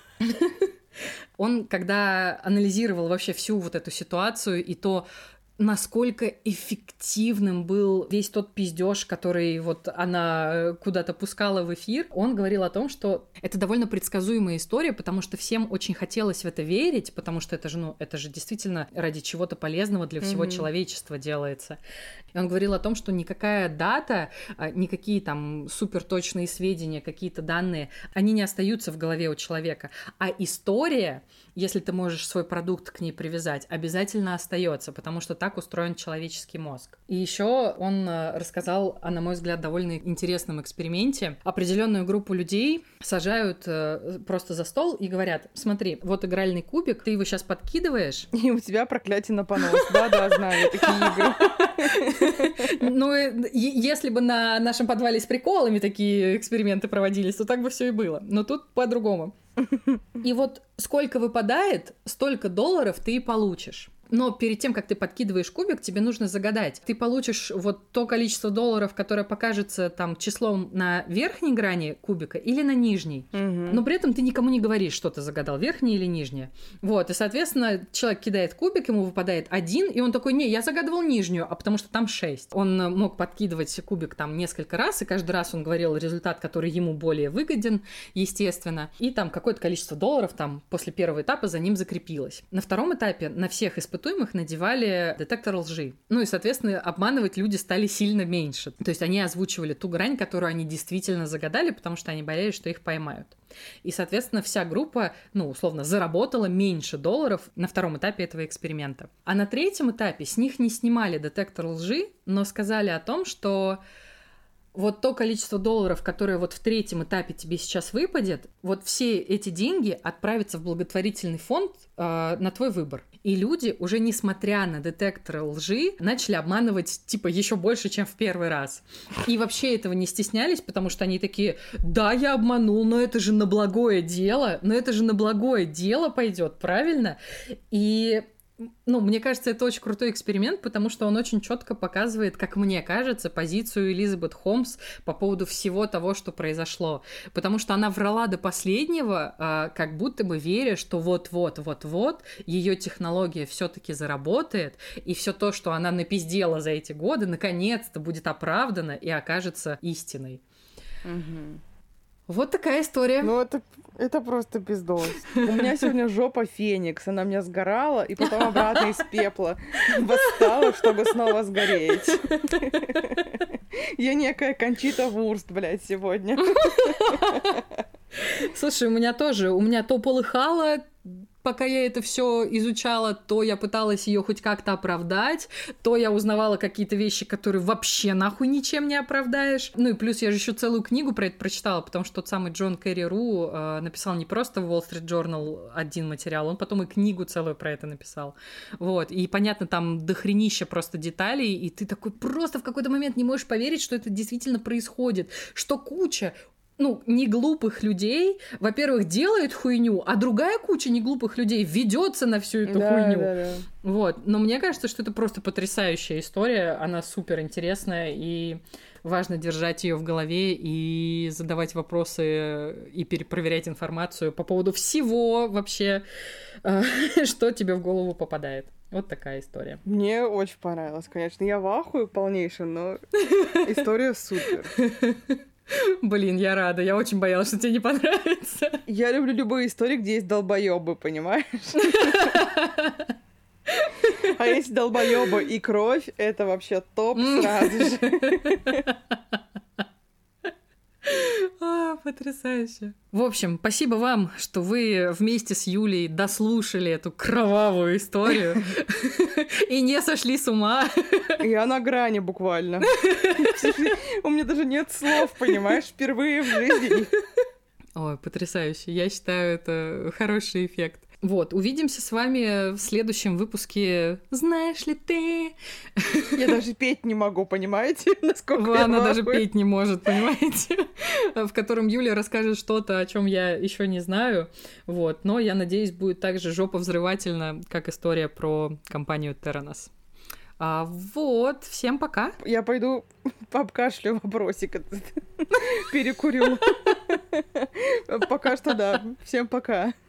Он, когда анализировал вообще всю вот эту ситуацию и то, насколько эффективным был весь тот пиздеж, который вот она куда-то пускала в эфир, он говорил о том, что это довольно предсказуемая история, потому что всем очень хотелось в это верить, потому что это же, ну, это же действительно ради чего-то полезного для всего mm-hmm. человечества делается. И он говорил о том, что никакая дата, никакие там суперточные сведения, какие-то данные, они не остаются в голове у человека, а история, если ты можешь свой продукт к ней привязать, обязательно остается, потому что так устроен человеческий мозг. И еще он рассказал о, на мой взгляд, довольно интересном эксперименте. Определенную группу людей сажают просто за стол и говорят: смотри, вот игральный кубик, ты его сейчас подкидываешь. И у тебя проклятие на понос. Да-да, знаю, такие игры. Ну, если бы на нашем подвале с приколами такие эксперименты проводились, то так бы все и было. Но тут по-другому. И вот сколько выпадает, столько долларов ты и получишь. Но перед тем, как ты подкидываешь кубик, тебе нужно загадать. Ты получишь вот то количество долларов, которое покажется там числом на верхней грани кубика или на нижней. Mm-hmm. Но при этом ты никому не говоришь, что ты загадал, верхнее или нижнее. Вот, и, соответственно, человек кидает кубик, ему выпадает один, и он такой: не, я загадывал нижнюю, а потому что там шесть. Он мог подкидывать кубик там несколько раз, и каждый раз он говорил результат, который ему более выгоден, естественно. И там какое-то количество долларов там после первого этапа за ним закрепилось. На втором этапе на всех испытуемых надевали детектор лжи. Ну и, соответственно, обманывать люди стали сильно меньше. То есть они озвучивали ту грань, которую они действительно загадали, потому что они боялись, что их поймают. И, соответственно, вся группа, ну, условно, заработала меньше долларов на втором этапе этого эксперимента. А на третьем этапе с них не снимали детектор лжи, но сказали о том, что вот то количество долларов, которое вот в третьем этапе тебе сейчас выпадет, вот все эти деньги отправятся в благотворительный фонд э, на твой выбор. И люди, уже несмотря на детекторы лжи, начали обманывать типа еще больше, чем в первый раз. И вообще этого не стеснялись, потому что они такие: да, я обманул, но это же на благое дело, но это же на благое дело пойдет, правильно? И ну, мне кажется, это очень крутой эксперимент, потому что он очень четко показывает, как мне кажется, позицию Элизабет Холмс по поводу всего того, что произошло. Потому что она врала до последнего, как будто бы веря, что вот-вот-вот-вот ее технология все-таки заработает, и все то, что она напиздела за эти годы, наконец-то будет оправдано и окажется истиной. Угу. Вот такая история. Ну, это, это просто пиздос. У меня сегодня жопа Феникс. Она меня сгорала, и потом обратно из пепла восстала, чтобы снова сгореть. Я некая Кончита Вурст, блядь, сегодня. Слушай, у меня тоже. У меня то полыхало, пока я это все изучала, то я пыталась ее хоть как-то оправдать, то я узнавала какие-то вещи, которые вообще нахуй ничем не оправдаешь. Ну и плюс я же еще целую книгу про это прочитала, потому что тот самый Джон Керри Ру э, написал не просто в Wall Street Journal один материал, он потом и книгу целую про это написал. Вот. И понятно, там дохренища просто деталей, и ты такой просто в какой-то момент не можешь поверить, что это действительно происходит, что куча ну, не глупых людей, во-первых, делает хуйню, а другая куча неглупых людей ведется на всю эту да, хуйню. Да, да. Вот. Но мне кажется, что это просто потрясающая история, она супер интересная, и важно держать ее в голове и задавать вопросы и перепроверять информацию по поводу всего вообще, что тебе в голову попадает. Вот такая история. Мне очень понравилось, конечно. Я в ахуе полнейшем, но история супер. Блин, я рада. Я очень боялась, что тебе не понравится. Я люблю любые истории, где есть долбоёбы, понимаешь? А если долбоёбы и кровь, это вообще топ сразу же. А, потрясающе. В общем, спасибо вам, что вы вместе с Юлей дослушали эту кровавую историю и не сошли с ума. Я на грани буквально. У меня даже нет слов, понимаешь, впервые в жизни. Ой, потрясающе. Я считаю, это хороший эффект. Вот, увидимся с вами в следующем выпуске «Знаешь ли ты?». Я даже петь не могу, понимаете? Насколько Она даже петь не может, понимаете? В котором Юля расскажет что-то, о чем я еще не знаю. Вот, но я надеюсь, будет так же жопа-взрывательно, как история про компанию Terranos. А, вот, всем пока. Я пойду пообкашлю вопросик этот. Перекурю. Пока что да. Всем пока.